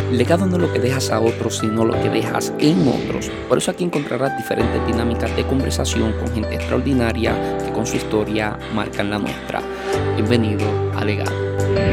Legado no es lo que dejas a otros, sino lo que dejas en otros. Por eso aquí encontrarás diferentes dinámicas de conversación con gente extraordinaria que con su historia marcan la nuestra. Bienvenido a Legado.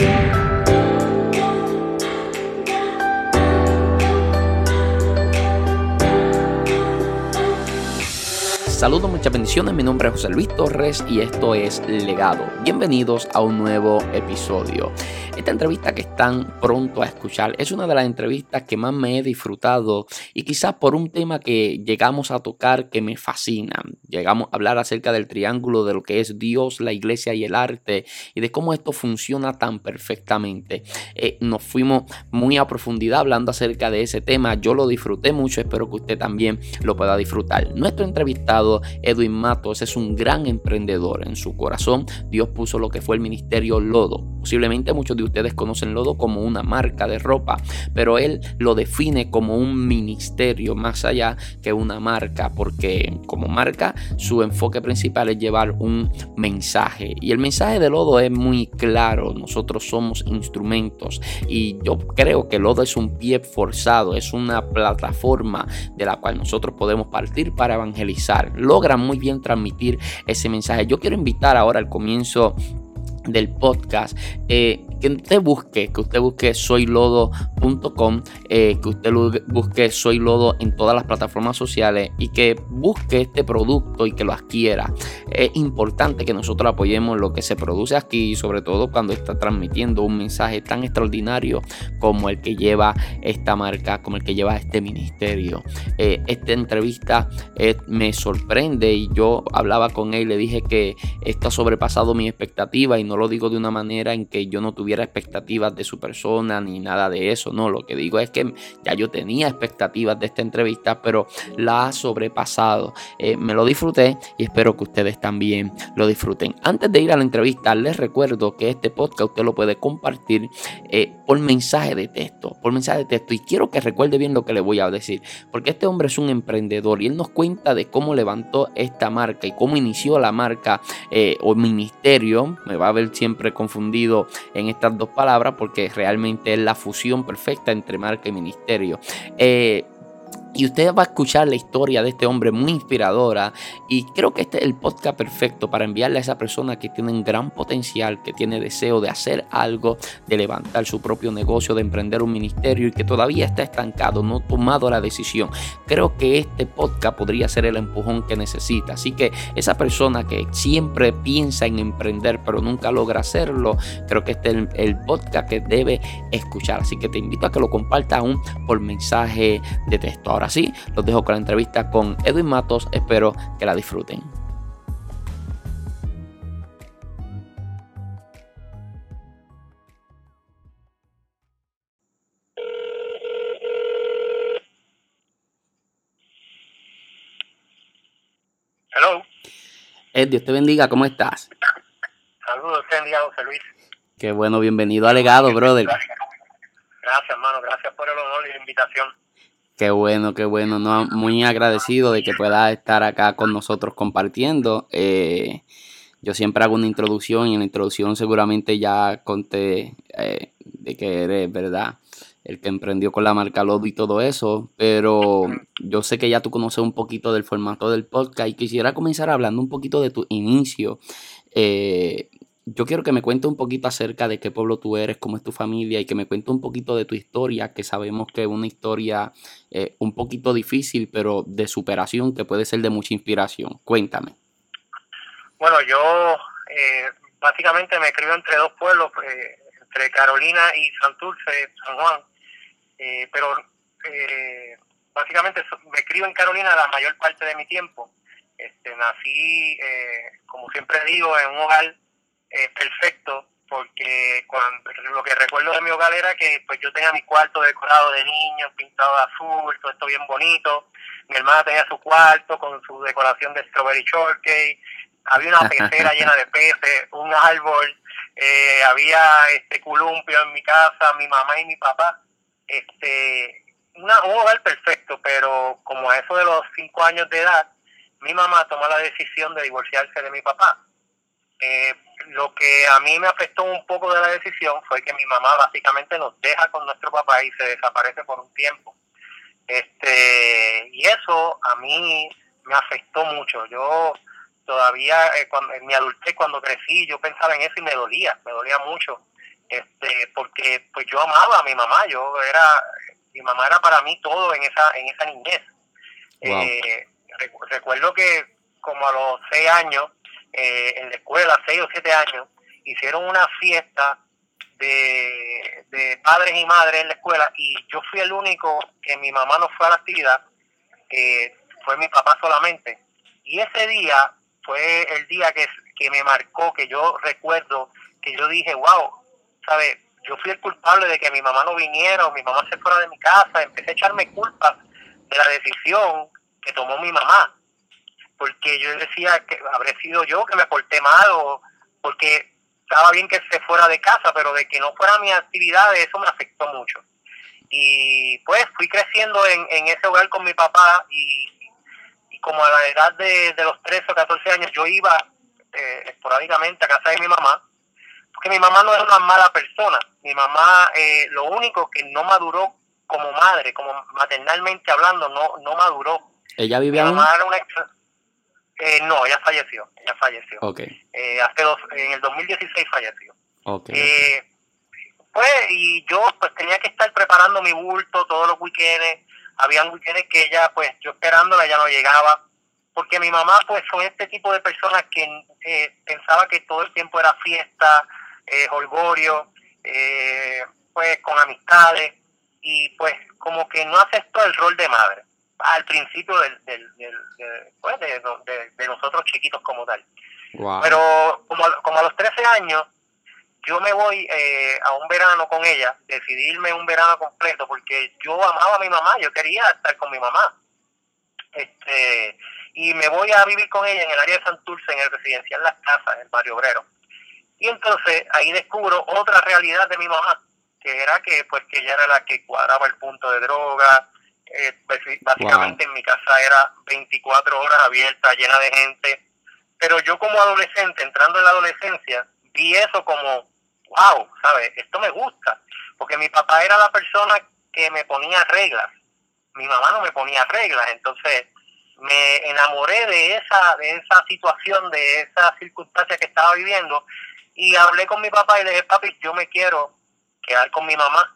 Saludos, muchas bendiciones, mi nombre es José Luis Torres y esto es Legado. Bienvenidos a un nuevo episodio. Esta entrevista que están pronto a escuchar es una de las entrevistas que más me he disfrutado y quizás por un tema que llegamos a tocar que me fascina. Llegamos a hablar acerca del triángulo de lo que es Dios, la iglesia y el arte y de cómo esto funciona tan perfectamente. Nos fuimos muy a profundidad hablando acerca de ese tema. Yo lo disfruté mucho, espero que usted también lo pueda disfrutar. Nuestro entrevistado Edwin Matos es un gran emprendedor. En su corazón Dios puso lo que fue el ministerio Lodo. Posiblemente muchos de ustedes conocen Lodo como una marca de ropa, pero él lo define como un ministerio más allá que una marca, porque como marca su enfoque principal es llevar un mensaje, y el mensaje de Lodo es muy claro: nosotros somos instrumentos, y yo creo que Lodo es un pie forzado, es una plataforma de la cual nosotros podemos partir para evangelizar. Logran muy bien transmitir ese mensaje. Yo quiero invitar ahora al comienzo del podcast que usted busque soylodo.com, que usted busque Soy Lodo en todas las plataformas sociales y que busque este producto y que lo adquiera. Es importante que nosotros apoyemos lo que se produce aquí, sobre todo cuando está transmitiendo un mensaje tan extraordinario como el que lleva esta marca, como el que lleva este ministerio. Esta entrevista me sorprende, y yo hablaba con él y le dije que esto ha sobrepasado mi expectativa, y no lo digo de una manera en que yo no tuviera expectativas de su persona ni nada de eso. No, lo que digo es que ya yo tenía expectativas de esta entrevista, pero la ha sobrepasado. Me lo disfruté y espero que ustedes también lo disfruten. Antes de ir a la entrevista, les recuerdo que este podcast usted lo puede compartir por mensaje de texto, y quiero que recuerde bien lo que le voy a decir, porque este hombre es un emprendedor y él nos cuenta de cómo levantó esta marca y cómo inició la marca o ministerio. Me va a ver siempre confundido en estas dos palabras porque realmente es la fusión perfecta entre marca y ministerio. Y usted va a escuchar la historia de este hombre muy inspiradora, y creo que este es el podcast perfecto para enviarle a esa persona que tiene un gran potencial, que tiene deseo de hacer algo, de levantar su propio negocio, de emprender un ministerio y que todavía está estancado, no ha tomado la decisión. Creo que este podcast podría ser el empujón que necesita. Así que esa persona que siempre piensa en emprender pero nunca logra hacerlo, creo que este es el podcast que debe escuchar. Así que te invito a que lo compartas aún por mensaje de texto. Ahora sí, los dejo con la entrevista con Edwin Matos. Espero que la disfruten. Hello. Dios te bendiga, ¿cómo estás? Saludos, José Luis. Qué bueno, bienvenido a Legado, brother. Gracias, hermano, gracias por el honor y la invitación. Qué bueno, no, muy agradecido de que puedas estar acá con nosotros compartiendo. Yo siempre hago una introducción, y en la introducción seguramente ya conté de que eres, ¿verdad?, el que emprendió con la marca Lodo y todo eso, pero yo sé que ya tú conoces un poquito del formato del podcast y quisiera comenzar hablando un poquito de tu inicio. Yo quiero que me cuentes un poquito acerca de qué pueblo tú eres, cómo es tu familia, y que me cuentes un poquito de tu historia, que sabemos que es una historia un poquito difícil, pero de superación, que puede ser de mucha inspiración. Cuéntame. Bueno, yo básicamente me crié entre dos pueblos, entre Carolina y Santurce, San Juan, pero básicamente me crié en Carolina la mayor parte de mi tiempo. Nací, como siempre digo, en un hogar perfecto, porque lo que recuerdo de mi hogar era que pues yo tenía mi cuarto decorado de niños, pintado de azul, todo esto bien bonito. Mi hermana tenía su cuarto con su decoración de strawberry shortcake. Había una pecera llena de peces, un árbol, había columpio en mi casa, mi mamá y mi papá. Un hogar perfecto, pero como a eso de los 5 años de edad, mi mamá tomó la decisión de divorciarse de mi papá. Lo que a mí me afectó un poco de la decisión fue que mi mamá básicamente nos deja con nuestro papá y se desaparece por un tiempo. Y eso a mí me afectó mucho. Yo todavía en mi adultez, cuando crecí, yo pensaba en eso y me dolía mucho. Porque pues yo amaba a mi mamá, mi mamá era para mí todo en esa niñez. Wow. Recuerdo que como a los 6 años, en la escuela, 6 o 7 años, hicieron una fiesta de padres y madres en la escuela, y yo fui el único que mi mamá no fue a la actividad, fue mi papá solamente. Y ese día fue el día que me marcó, que yo recuerdo, que yo dije, wow, ¿sabes? Yo fui el culpable de que mi mamá no viniera o mi mamá se fuera de mi casa. Empecé a echarme culpa de la decisión que tomó mi mamá, porque yo decía que habré sido yo que me porté mal, o porque estaba bien que se fuera de casa, pero de que no fuera a mis actividades, eso me afectó mucho. Y pues fui creciendo en ese hogar con mi papá, y como a la edad de los 13 o 14 años yo iba esporádicamente a casa de mi mamá, porque mi mamá no es una mala persona. Mi mamá, lo único que no maduró como madre, como maternalmente hablando, no maduró. ¿Ella vive Mi aún? mamá era una no, ella falleció. Okay. En el 2016 falleció. Okay. Pues, y yo pues tenía que estar preparando mi bulto todos los weekends. Habían weekends que ella, pues yo esperándola, ella no llegaba, porque mi mamá pues son este tipo de personas que pensaba que todo el tiempo era fiesta, jolgorio, pues con amistades, y pues como que no aceptó el rol de madre al principio de nosotros chiquitos como tal. Wow. Pero como a los 13 años, yo me voy a un verano con ella, decidí irme un verano completo, porque yo amaba a mi mamá, yo quería estar con mi mamá. Y me voy a vivir con ella en el área de Santurce, en el residencial Las Casas, en el barrio obrero. Y entonces ahí descubro otra realidad de mi mamá, que era que ella era la que cuadraba el punto de droga. Básicamente Wow. En mi casa era 24 horas abierta, llena de gente. Pero yo como adolescente, entrando en la adolescencia, vi eso como, wow, ¿sabes? Esto me gusta. Porque mi papá era la persona que me ponía reglas. Mi mamá no me ponía reglas. Entonces me enamoré de esa situación, de esa circunstancia que estaba viviendo. Y hablé con mi papá y le dije, papi, yo me quiero quedar con mi mamá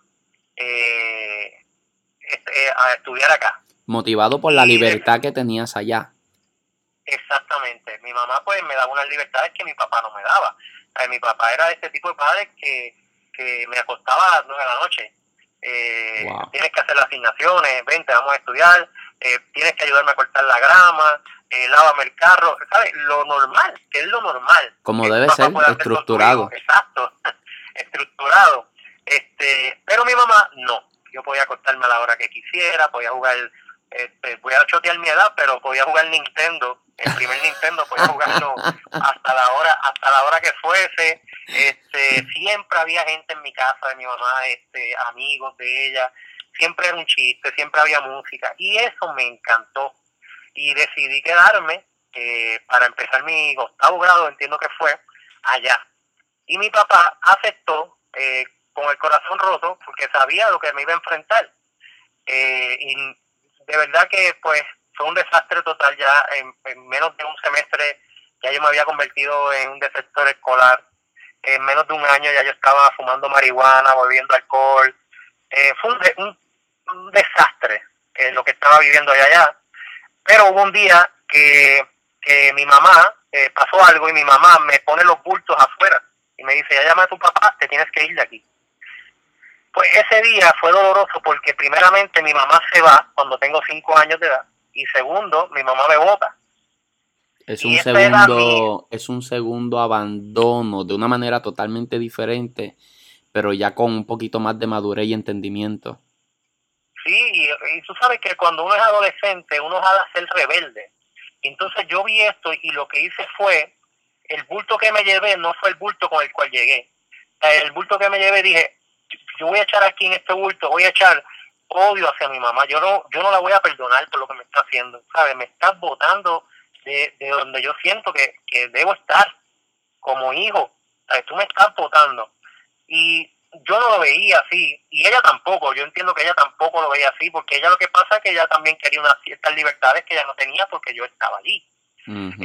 a estudiar acá. Motivado por la libertad que tenías allá. Exactamente. Mi mamá pues me daba unas libertades que mi papá no me daba. Mi papá era ese tipo de padre que me acostaba a las 9 de la noche. Wow. Tienes que hacer las asignaciones, vente, vamos a estudiar, tienes que ayudarme a cortar la grama, lávame el carro, ¿sabes? Lo normal, que es lo normal. Como que debe ser, estructurado. Exacto, estructurado. Pero mi mamá no. Yo podía acostarme a la hora que quisiera, podía jugar, voy a chotear mi edad, pero podía jugar Nintendo, el primer Nintendo, podía jugarlo hasta la hora que fuese. Siempre había gente en mi casa de mi mamá, amigos de ella, siempre era un chiste, siempre había música, y eso me encantó. Y decidí quedarme para empezar mi 8º grado, entiendo que fue, allá. Y mi papá aceptó con el corazón roto, porque sabía lo que me iba a enfrentar. Y de verdad que pues fue un desastre total. Ya en menos de un semestre ya yo me había convertido en un desertor escolar. En menos de un año ya yo estaba fumando marihuana, bebiendo alcohol. Fue un desastre lo que estaba viviendo allá. Pero hubo un día que mi mamá pasó algo, y mi mamá me pone los bultos afuera y me dice, ya llama a tu papá, te tienes que ir de aquí. Pues ese día fue doloroso, porque primeramente mi mamá se va cuando tengo 5 años de edad, y segundo, mi mamá me bota. Es un segundo abandono de una manera totalmente diferente, pero ya con un poquito más de madurez y entendimiento. Sí, y tú sabes que cuando uno es adolescente, uno va a ser rebelde. Entonces yo vi esto, y lo que hice fue, el bulto que me llevé no fue el bulto con el cual llegué. El bulto que me llevé, dije, yo voy a echar aquí en este bulto, voy a echar odio hacia mi mamá. Yo no la voy a perdonar por lo que me está haciendo, ¿sabes? Me estás botando de donde yo siento que debo estar. como hijo, ¿sabes? Tú me estás votando. Y yo no lo veía así, y ella tampoco, yo entiendo que ella tampoco lo veía así, porque ella lo que pasa es que ella también quería unas ciertas libertades que ella no tenía porque yo estaba allí. Uh-huh.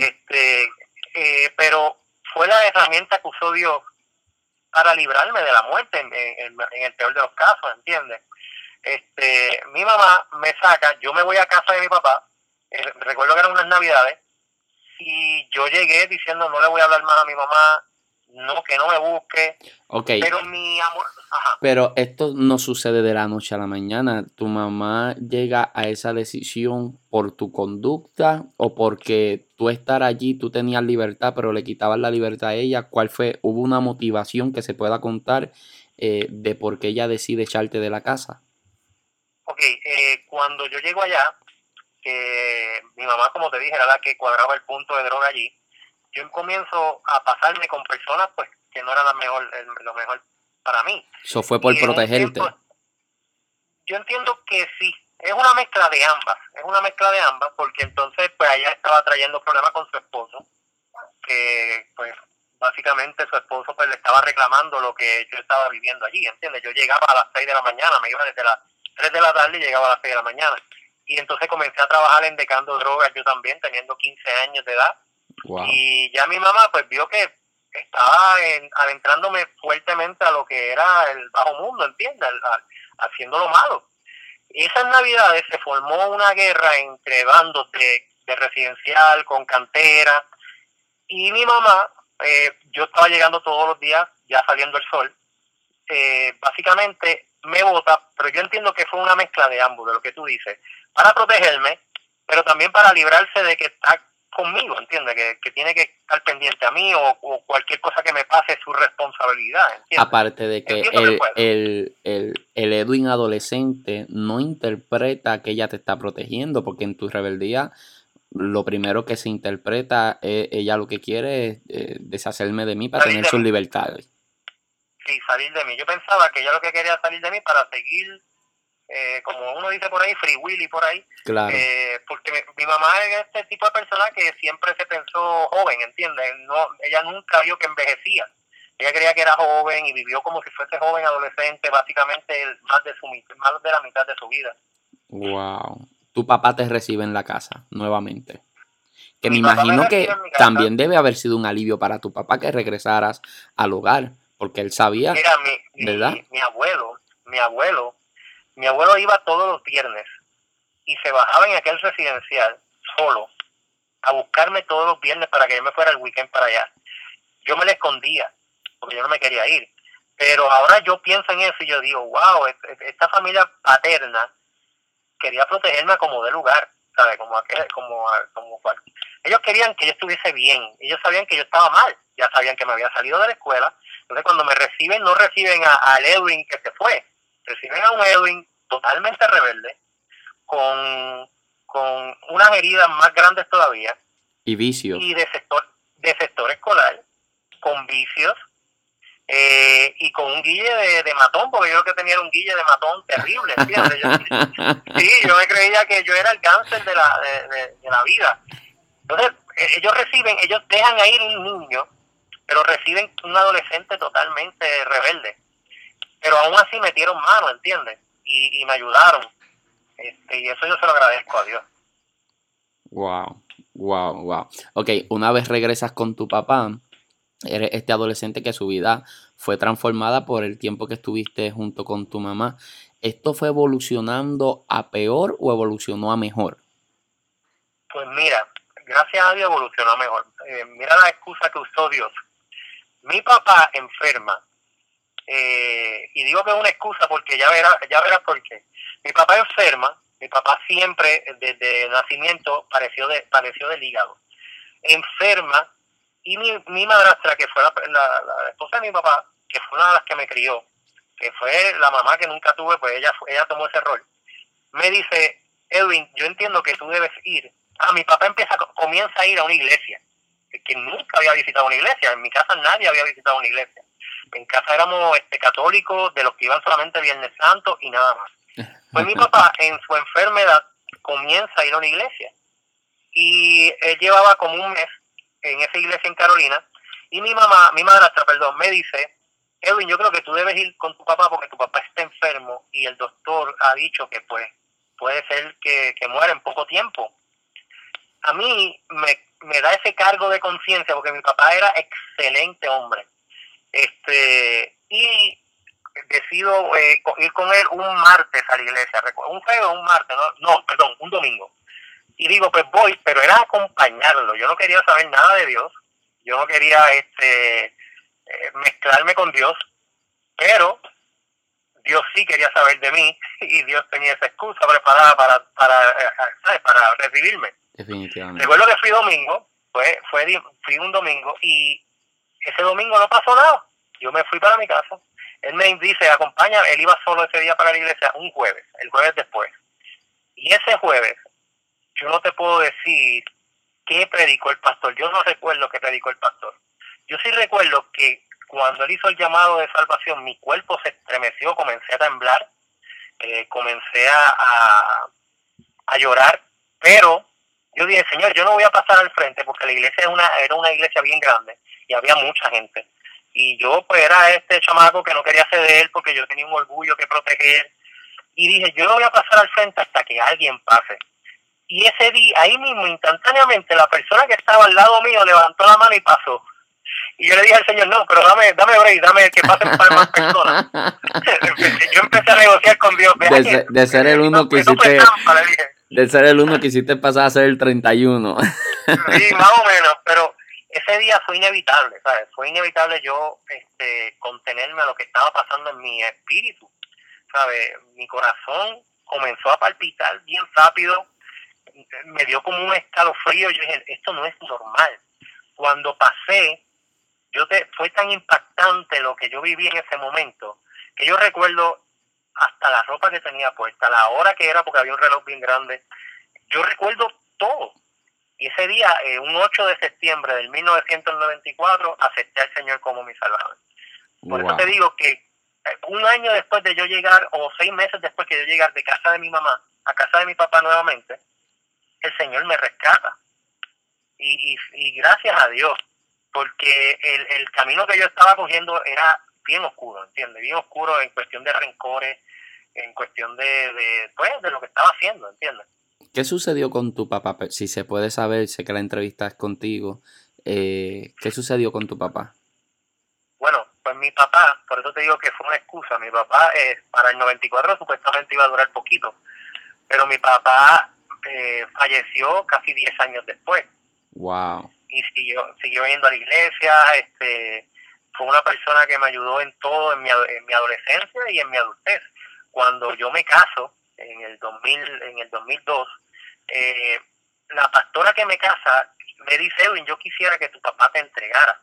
Pero fue la herramienta que usó Dios para librarme de la muerte en el peor de los casos, ¿entiendes? Mi mamá me saca, yo me voy a casa de mi papá, recuerdo que eran unas navidades, y yo llegué diciendo no le voy a hablar más a mi mamá, no, que no me busque. Okay. Pero mi amor, ajá. Pero esto no sucede de la noche a la mañana. ¿Tu mamá llega a esa decisión por tu conducta o porque tú estar allí, tú tenías libertad, pero le quitabas la libertad a ella? ¿Cuál fue? ¿Hubo una motivación que se pueda contar de por qué ella decide echarte de la casa? Ok, cuando yo llego allá, que mi mamá, como te dije, era la que cuadraba el punto de droga allí, yo comienzo a pasarme con personas pues que no era lo mejor para mí. Eso fue por protegerte. Yo entiendo que sí, es una mezcla de ambas, porque entonces pues ella estaba trayendo problemas con su esposo, que pues básicamente su esposo pues le estaba reclamando lo que yo estaba viviendo allí, ¿entiendes? Yo llegaba a las 6 de la mañana, me iba desde las 3 de la tarde y llegaba a las 6 de la mañana. Y entonces comencé a trabajar en Decando Drogas yo también, teniendo 15 años de edad. Wow. Y ya mi mamá pues vio que estaba adentrándome fuertemente a lo que era el bajo mundo, ¿entiendes? Haciendo lo malo. Esas navidades se formó una guerra entre bandos de residencial con cantera. Y mi mamá, yo estaba llegando todos los días, ya saliendo el sol, básicamente me bota, pero yo entiendo que fue una mezcla de ambos, de lo que tú dices, para protegerme, pero también para librarse de que está conmigo, ¿entiendes? Que tiene que estar pendiente a mí o cualquier cosa que me pase es su responsabilidad, ¿entiendes? Aparte de que el Edwin adolescente no interpreta que ella te está protegiendo, porque en tu rebeldía lo primero que se interpreta es ella lo que quiere es deshacerme de mí para tener sus libertades. Sí, salir de mí. Yo pensaba que ella lo que quería era salir de mí para seguir, como uno dice por ahí, free willy por ahí. Claro. Porque mi mamá es este tipo de persona que siempre se pensó joven, ¿entiendes? No, ella nunca vio que envejecía. Ella creía que era joven y vivió como si fuese joven adolescente, básicamente más de la mitad de su vida. Wow. Tu papá te recibe en la casa nuevamente. Que me imagino que también debe haber sido un alivio para tu papá que regresaras al hogar, porque él sabía. Mira, ¿verdad? Mi abuelo iba todos los viernes y se bajaba en aquel residencial solo a buscarme todos los viernes para que yo me fuera el weekend para allá. Yo me le escondía porque yo no me quería ir. Pero ahora yo pienso en eso y yo digo, wow, esta familia paterna quería protegerme como de lugar, ¿sabes? Ellos querían que yo estuviese bien. Ellos sabían que yo estaba mal. Ya sabían que me había salido de la escuela. Entonces cuando me reciben, no reciben al Edwin que se fue. Reciben a un Edwin totalmente rebelde, con unas heridas más grandes todavía. Y vicios. Y de sector escolar, con vicios, y con un guille de matón, porque yo lo que tenía era un guille de matón terrible, ¿entiendes? Yo me creía que yo era el cáncer de la vida. Entonces, ellos dejan a ir un niño, pero reciben un adolescente totalmente rebelde. Pero aún así metieron mano, ¿entiendes? Y me ayudaron. Y eso yo se lo agradezco a Dios. Wow. Ok, una vez regresas con tu papá, eres este adolescente que su vida fue transformada por el tiempo que estuviste junto con tu mamá. ¿Esto fue evolucionando a peor o evolucionó a mejor? Pues mira, gracias a Dios evolucionó a mejor. Mira la excusa que usó Dios. Mi papá enferma. Y digo que es una excusa porque ya verás por qué. Mi papá enferma. Mi papá siempre, desde nacimiento, padeció del hígado. Enferma. Y mi madrastra, que fue la esposa de mi papá, que fue una de las que me crió, que fue la mamá que nunca tuve, pues ella tomó ese rol. Me dice, Edwin, yo entiendo que tú debes ir. Mi papá comienza a ir a una iglesia, que nunca había visitado una iglesia. En mi casa nadie había visitado una iglesia. En casa éramos católicos, de los que iban solamente Viernes Santo y nada más. Pues mi papá, en su enfermedad, comienza a ir a una iglesia. Y él llevaba como un mes en esa iglesia en Carolina, Y mi madrastra, perdón, me dice, Edwin, yo creo que tú debes ir con tu papá porque tu papá está enfermo y el doctor ha dicho que pues puede ser que muera en poco tiempo. A mí me da ese cargo de conciencia porque mi papá era excelente hombre. Y decido ir con él un martes a la iglesia, un jueves o un martes, un domingo. Y digo, pues voy, pero era acompañarlo. Yo no quería saber nada de Dios, yo no quería mezclarme con Dios, pero Dios sí quería saber de mí y Dios tenía esa excusa preparada para recibirme. Definitivamente. Recuerdo que fui domingo, fui un domingo y ese domingo no pasó nada. Yo me fui para mi casa. Él me dice, acompaña, él iba solo ese día para la iglesia un jueves, el jueves después. Y ese jueves, yo no te puedo decir qué predicó el pastor. Yo no recuerdo qué predicó el pastor. Yo sí recuerdo que cuando él hizo el llamado de salvación, mi cuerpo se estremeció, comencé a temblar, comencé a llorar, pero yo dije, Señor, yo no voy a pasar al frente porque la iglesia era una iglesia bien grande y había mucha gente. Y yo pues era este chamaco que no quería ceder porque yo tenía un orgullo que proteger. Y dije, yo no voy a pasar al frente hasta que alguien pase. Y ese día, ahí mismo, instantáneamente, la persona que estaba al lado mío levantó la mano y pasó. Y yo le dije al Señor, no, pero dame break, dame que pasen para más personas. Yo empecé a negociar con Dios. De ser el uno que hiciste... De ser el uno que hiciste pasar a ser el 31. Sí, más o menos, pero ese día fue inevitable, ¿sabes? Fue inevitable yo contenerme a lo que estaba pasando en mi espíritu, ¿sabes? Mi corazón comenzó a palpitar bien rápido, me dio como un escalofrío, yo dije, esto no es normal. Cuando pasé, fue tan impactante lo que yo viví en ese momento, que yo recuerdo hasta la ropa que tenía puesta, la hora que era, porque había un reloj bien grande, yo recuerdo todo. Y ese día, un 8 de septiembre del 1994, acepté al Señor como mi Salvador. Por eso te digo que un año después de yo llegar, o 6 meses después que yo llegar de casa de mi mamá a casa de mi papá nuevamente, el Señor me rescata. Y gracias a Dios, porque el camino que yo estaba cogiendo era bien oscuro, ¿entiendes? Bien oscuro en cuestión de rencores, en cuestión de lo que estaba haciendo, ¿entiendes? ¿Qué sucedió con tu papá? Si se puede saber, sé que la entrevista es contigo. ¿Qué sucedió con tu papá? Bueno, pues mi papá, por eso te digo que fue una excusa. Mi papá para el 94 supuestamente iba a durar poquito, pero mi papá falleció casi 10 años después. Wow. Y siguió yendo a la iglesia. Fue una persona que me ayudó en todo, en mi adolescencia y en mi adultez. Cuando yo me caso, en el 2002, la pastora que me casa me dice, Edwin, yo quisiera que tu papá te entregara.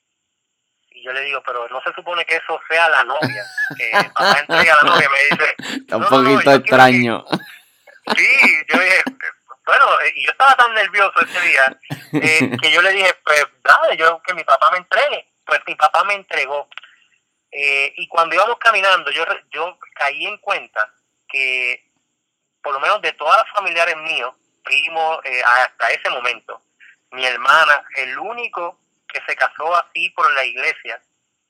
Y yo le digo, pero no se supone que eso sea la novia, que el papá entregue a la novia. Me dice, está un poquito extraño. Sí, yo dije, bueno, y yo estaba tan nervioso ese día que yo le dije, pues dale, que mi papá me entregue. Pues mi papá me entregó. Y cuando íbamos caminando, yo caí en cuenta que por lo menos de todas las familiares míos, primos, hasta ese momento, mi hermana, el único que se casó así por la iglesia,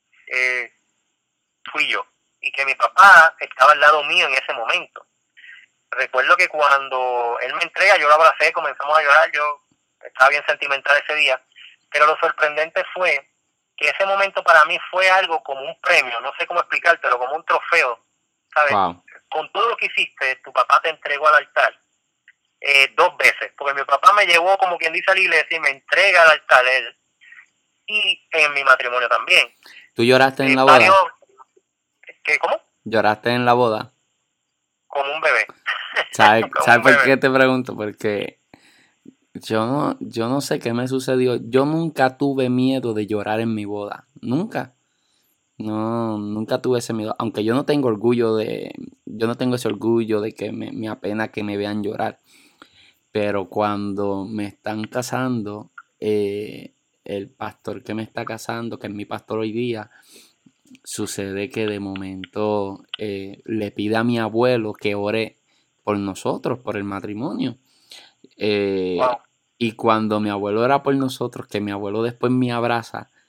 fui yo. Y que mi papá estaba al lado mío en ese momento. Recuerdo que cuando él me entrega, yo lo abracé, comenzamos a llorar, yo estaba bien sentimental ese día, pero lo sorprendente fue que ese momento para mí fue algo como un premio, no sé cómo explicártelo, como un trofeo, ¿sabes? Wow. Con todo lo que hiciste, tu papá te entregó al altar 2 veces, porque mi papá me llevó, como quien dice, a la iglesia y me entrega al altar él, y en mi matrimonio también. ¿Tú lloraste en la boda? ¿Cómo? ¿Lloraste en la boda? Como un bebé. ¿Sabes por qué te pregunto? Porque yo no sé qué me sucedió. Yo nunca tuve miedo de llorar en mi boda. Nunca. No, nunca tuve ese miedo. Aunque yo no tengo ese orgullo de que me apena que me vean llorar. Pero cuando me están casando, el pastor que me está casando, que es mi pastor hoy día, sucede que de momento le pide a mi abuelo que ore por nosotros, por el matrimonio. Wow. Y cuando mi abuelo ora por nosotros, que mi abuelo después me abraza,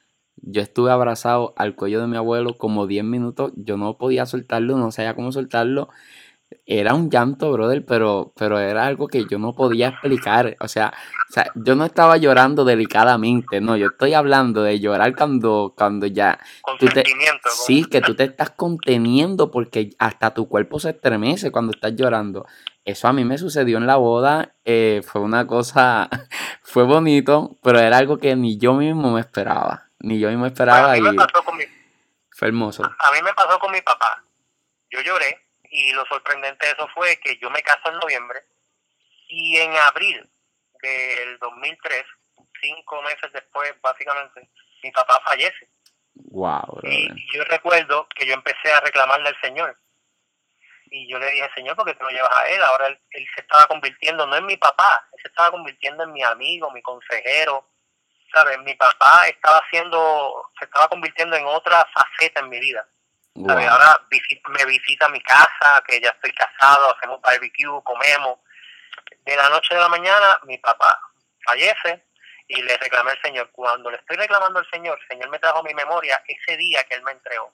Yo estuve abrazado al cuello de mi abuelo como 10 minutos. Yo no podía soltarlo, no sabía cómo soltarlo. Era un llanto, brother, pero era algo que yo no podía explicar. O sea, yo no estaba llorando delicadamente, no, yo estoy hablando de llorar cuando ya con tú te, sentimiento, sí, que tú te estás conteniendo porque hasta tu cuerpo se estremece cuando estás llorando. Eso a mí me sucedió en la boda, fue una cosa, fue bonito, pero era algo que ni yo mismo me esperaba, ni yo mismo pues esperaba y fue hermoso. a mí me pasó con mi papá. Yo lloré y lo sorprendente de eso fue que yo me caso en noviembre y en abril del 2003, 5 meses después básicamente, mi papá fallece. Wow, brother. Y yo recuerdo que yo empecé a reclamarle al Señor. Y yo le dije, Señor, ¿por qué te lo llevas a él? Ahora él se estaba convirtiendo, no en mi papá, él se estaba convirtiendo en mi amigo, mi consejero, ¿sabes? Mi papá se estaba convirtiendo en otra faceta en mi vida, ¿sabes? Wow. Ahora me visita a mi casa, que ya estoy casado, hacemos barbecue, comemos. De la noche a la mañana, mi papá fallece y le reclamé al Señor. Cuando le estoy reclamando al Señor, el Señor me trajo a mi memoria ese día que él me entregó.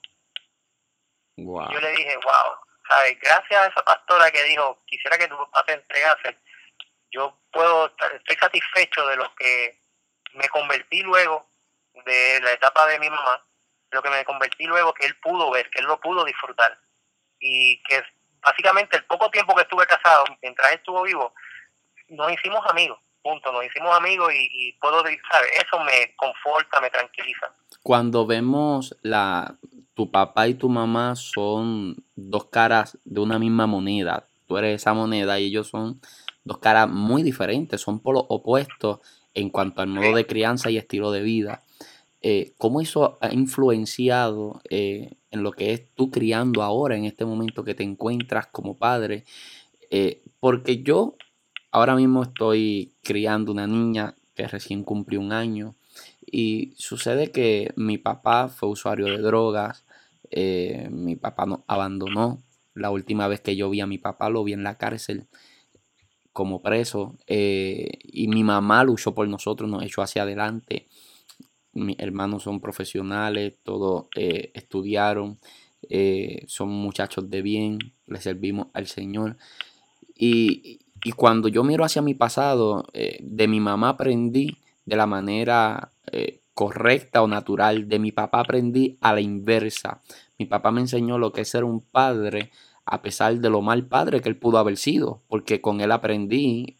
Wow. Y yo le dije, wow, ¿sabes? Gracias a esa pastora que dijo, quisiera que tu papá te entregase, estoy satisfecho de lo que me convertí luego de la etapa de mi mamá, de lo que me convertí luego que él pudo ver, que él lo pudo disfrutar. Y que básicamente el poco tiempo que estuve casado, mientras él estuvo vivo, nos hicimos amigos, punto, nos hicimos amigos y puedo, ¿sabes? Eso me conforta, me tranquiliza. Cuando vemos tu papá y tu mamá son dos caras de una misma moneda. Tú eres esa moneda y ellos son dos caras muy diferentes, son polos opuestos en cuanto al modo de crianza y estilo de vida. ¿Cómo eso ha influenciado en lo que es tú criando ahora, en este momento que te encuentras como padre? Porque yo ahora mismo estoy criando una niña que recién cumplió 1 año y sucede que mi papá fue usuario de drogas, mi papá nos abandonó. La última vez que yo vi a mi papá lo vi en la cárcel como preso, y mi mamá luchó por nosotros, nos echó hacia adelante. Mis hermanos son profesionales, todos estudiaron, son muchachos de bien, le servimos al Señor. Y cuando yo miro hacia mi pasado, de mi mamá aprendí de la manera correcta o natural, de mi papá aprendí a la inversa. Mi papá me enseñó lo que es ser un padre, a pesar de lo mal padre que él pudo haber sido, porque con él aprendí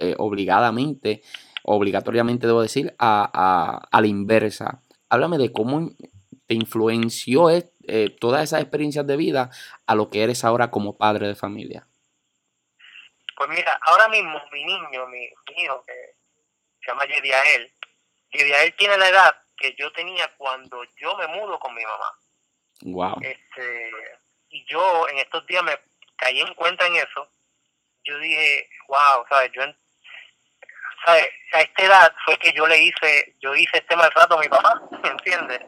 obligatoriamente debo decir, a la inversa. Háblame de cómo te influenció todas esas experiencias de vida a lo que eres ahora como padre de familia. Pues mira, ahora mismo mi niño, mi hijo, que se llama Yediael tiene la edad que yo tenía cuando yo me mudo con mi mamá. Wow. Y yo en estos días me caí en cuenta en eso. Yo dije, wow, ¿sabes? ¿Sabes? A esta edad fue que yo hice este maltrato a mi papá, ¿me entiendes?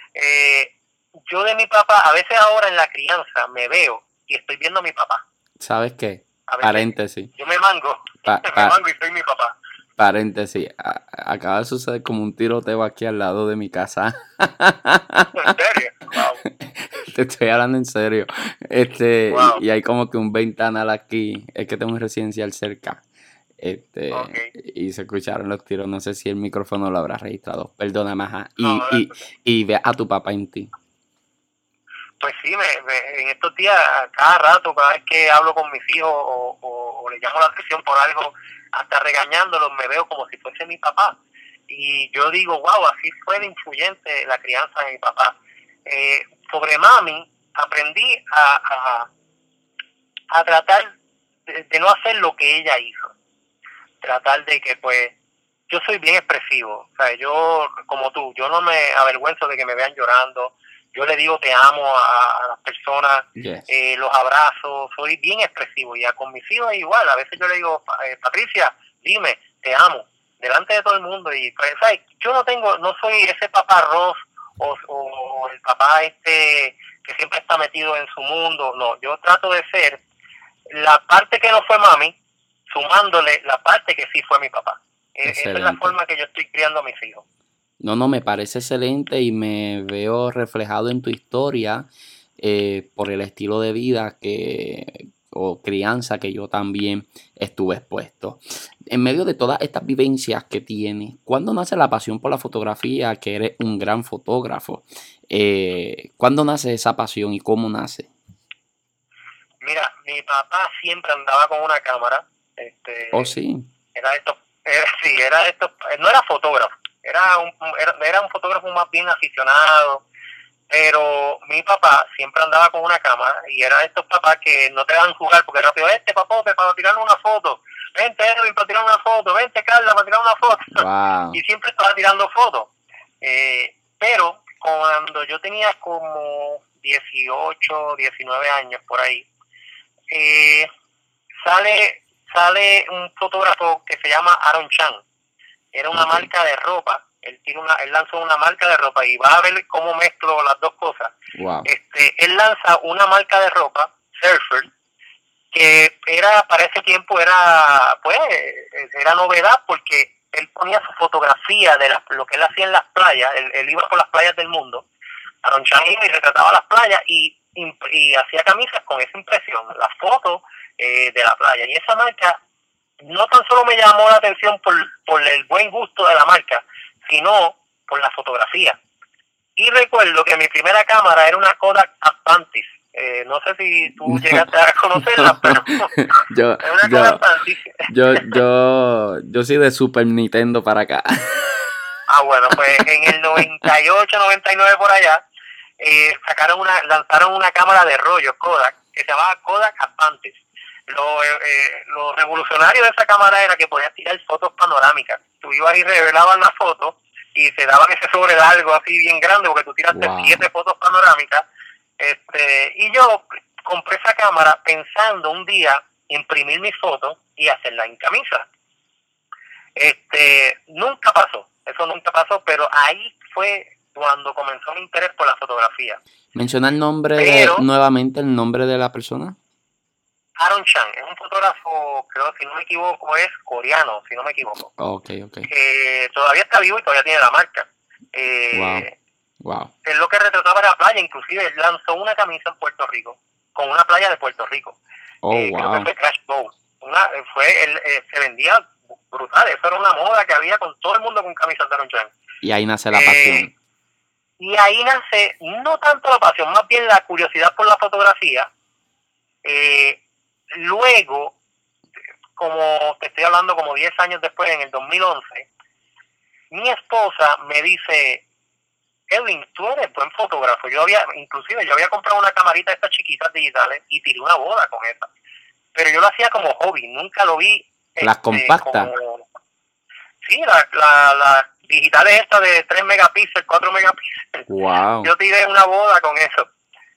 Yo de mi papá, a veces ahora en la crianza me veo y estoy viendo a mi papá. ¿Sabes qué? A veces Paréntesis. yo me mango, me mango y soy mi papá. Paréntesis. Acaba de suceder como un tiroteo aquí al lado de mi casa. ¿En serio? Wow. Te estoy hablando en serio. Wow. Y hay como que un ventanal aquí. Es que tengo un residencial cerca. Okay. Y se escucharon los tiros. No sé si el micrófono lo habrá registrado. Perdóname, ajá. No, Y ve a tu papá en ti. pues sí, en estos días, cada rato, cada vez que hablo con mis hijos o les llamo la atención por algo, hasta regañándolos, me veo como si fuese mi papá. Y yo digo, wow, así fue de influyente la crianza de mi papá. Sobre mami, aprendí a tratar de no hacer lo que ella hizo. Tratar de que, pues, yo soy bien expresivo. O sea, yo, como tú, yo no me avergüenzo de que me vean llorando. Yo le digo te amo a las personas, Yes. los abrazo, soy bien expresivo. Y con mis hijos es igual. A veces yo le digo, Patricia, dime, te amo, delante de todo el mundo. Y pues, ¿sabes? Yo no soy ese papá arroz o el papá que siempre está metido en su mundo. No, yo trato de ser la parte que no fue mami, sumándole la parte que sí fue mi papá. Esa es la forma que yo estoy criando a mis hijos. No, no, me parece excelente y me veo reflejado en tu historia por el estilo de vida o crianza que yo también estuve expuesto. En medio de todas estas vivencias que tienes, ¿cuándo nace la pasión por la fotografía? Que eres un gran fotógrafo. ¿Cuándo nace esa pasión y cómo nace? Mira, mi papá siempre andaba con una cámara, Oh, sí. era de estos, sí, era de estos, no era fotógrafo, era un fotógrafo más bien aficionado, pero mi papá siempre andaba con una cámara y era de estos papás que no te dan jugar porque rápido, papote para tirarle una foto, vente Edwin para tirar una foto, vente Carla para tirar una foto, Wow. y siempre estaba tirando fotos. Pero cuando yo tenía como 18, 19 años por ahí, eh, sale un fotógrafo que se llama Aaron Chan. Era una Okay. marca de ropa. Él lanzó una marca de ropa y va a ver cómo mezclo las dos cosas. Wow. Él lanza una marca de ropa, Surfer, que para ese tiempo era novedad porque él ponía su fotografía de lo que él hacía en las playas. Él iba por las playas del mundo, Aaron Chan, y retrataba las playas y hacía camisas con esa impresión, las fotos de la playa. Y esa marca no tan solo me llamó la atención por el buen gusto de la marca, sino por la fotografía. Y recuerdo que mi primera cámara era una Kodak Advantage. No sé si tú llegaste a conocerla, pero yo, era una yo, Kodak Advantage. yo soy de Super Nintendo para acá. Bueno, pues en el 98, 99 por allá, lanzaron una cámara de rollo Kodak que se llamaba Kodak Advantage. Lo revolucionario de esa cámara era que podías tirar fotos panorámicas. Tú ibas y revelabas la foto y te daban ese sobre largo así bien grande porque tú tiraste Wow. 7 fotos panorámicas. Y yo compré esa cámara pensando un día imprimir mis fotos y hacerla en camisa. Nunca pasó, eso nunca pasó, pero ahí fue cuando comenzó mi interés por la fotografía. Menciona Pero nuevamente el nombre de la persona. Aaron Chan es un fotógrafo, creo, si no me equivoco, es coreano, si no me equivoco. Ok. Todavía está vivo y todavía tiene la marca. Wow. Él lo que retrataba era la playa, inclusive él lanzó una camisa en Puerto Rico, con una playa de Puerto Rico. Creo que fue Crash Bow. Se vendía brutal, eso era una moda que había con todo el mundo con camisas de Aaron Chan. Y ahí nace la pasión. Y ahí nace no tanto la pasión, más bien la curiosidad por la fotografía. Luego, como te estoy hablando, como 10 años después, en el 2011, mi esposa me dice, Edwin, tú eres buen fotógrafo. Yo había comprado una camarita de estas chiquitas digitales y tiré una boda con esa. Pero yo lo hacía como hobby, nunca lo vi. Las compactas. Sí, las digitales estas de 3 megapíxeles, 4 megapíxeles. Wow. Yo tiré una boda con eso.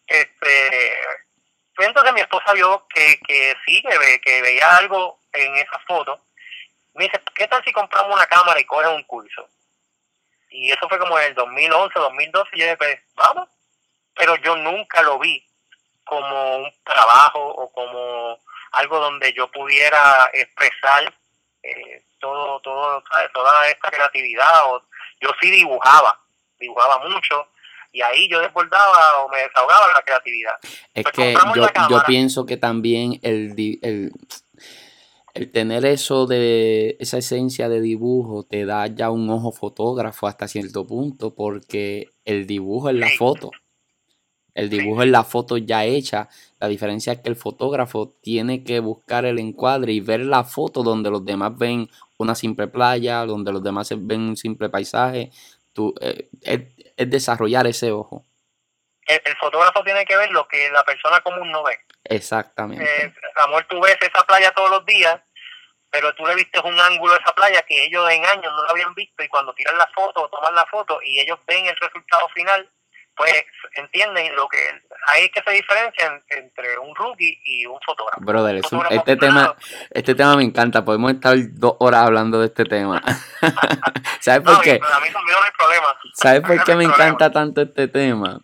Entonces mi esposa vio que sí, que veía algo en esas fotos. Me dice, ¿qué tal si compramos una cámara y coges un curso? Y eso fue como en el 2011, 2012, y yo dije, pues, vamos. Pero yo nunca lo vi como un trabajo o como algo donde yo pudiera expresar ¿sabes? Toda esta creatividad. Yo sí dibujaba mucho, y ahí yo desbordaba o me desahogaba la creatividad. Es pues que yo pienso que también el tener esa esencia de dibujo te da ya un ojo fotógrafo hasta cierto punto, porque el dibujo es la foto. El dibujo es la foto ya hecha. La diferencia es que el fotógrafo tiene que buscar el encuadre y ver la foto donde los demás ven una simple playa, donde los demás ven un simple paisaje. Es desarrollar ese ojo. El fotógrafo tiene que ver lo que la persona común no ve. Exactamente. Amor, tú ves esa playa todos los días, pero tú le viste un ángulo de esa playa que ellos en años no lo habían visto, y cuando tiran la foto o toman la foto y ellos ven el resultado final, pues entienden lo que hay, que se diferencia entre un rookie y un fotógrafo. Brother, este tema me encanta. Podemos estar 2 horas hablando de este tema. ¿Sabes por qué? A mí conmigo no hay problema. ¿Sabes por qué me encanta tanto este tema?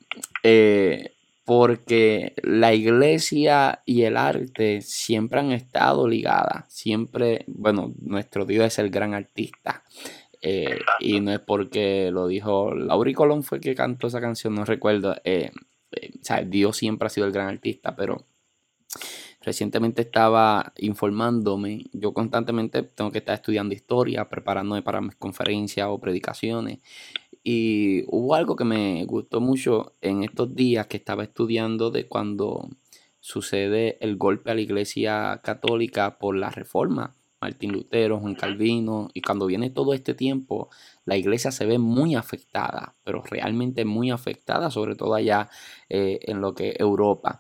Porque la iglesia y el arte siempre han estado ligadas. Siempre, bueno, nuestro Dios es el gran artista. Exacto. Y no es porque lo dijo Lauri Colón fue el que cantó esa canción, no recuerdo. O sea, Dios siempre ha sido el gran artista, pero recientemente estaba informándome. Yo constantemente tengo que estar estudiando historia, preparándome para mis conferencias o predicaciones. Y hubo algo que me gustó mucho en estos días que estaba estudiando de cuando sucede el golpe a la iglesia católica por la reforma. Martín Lutero, Juan Ujú. Calvino, y cuando viene todo este tiempo, la iglesia se ve muy afectada, pero realmente muy afectada, sobre todo allá en lo que es Europa.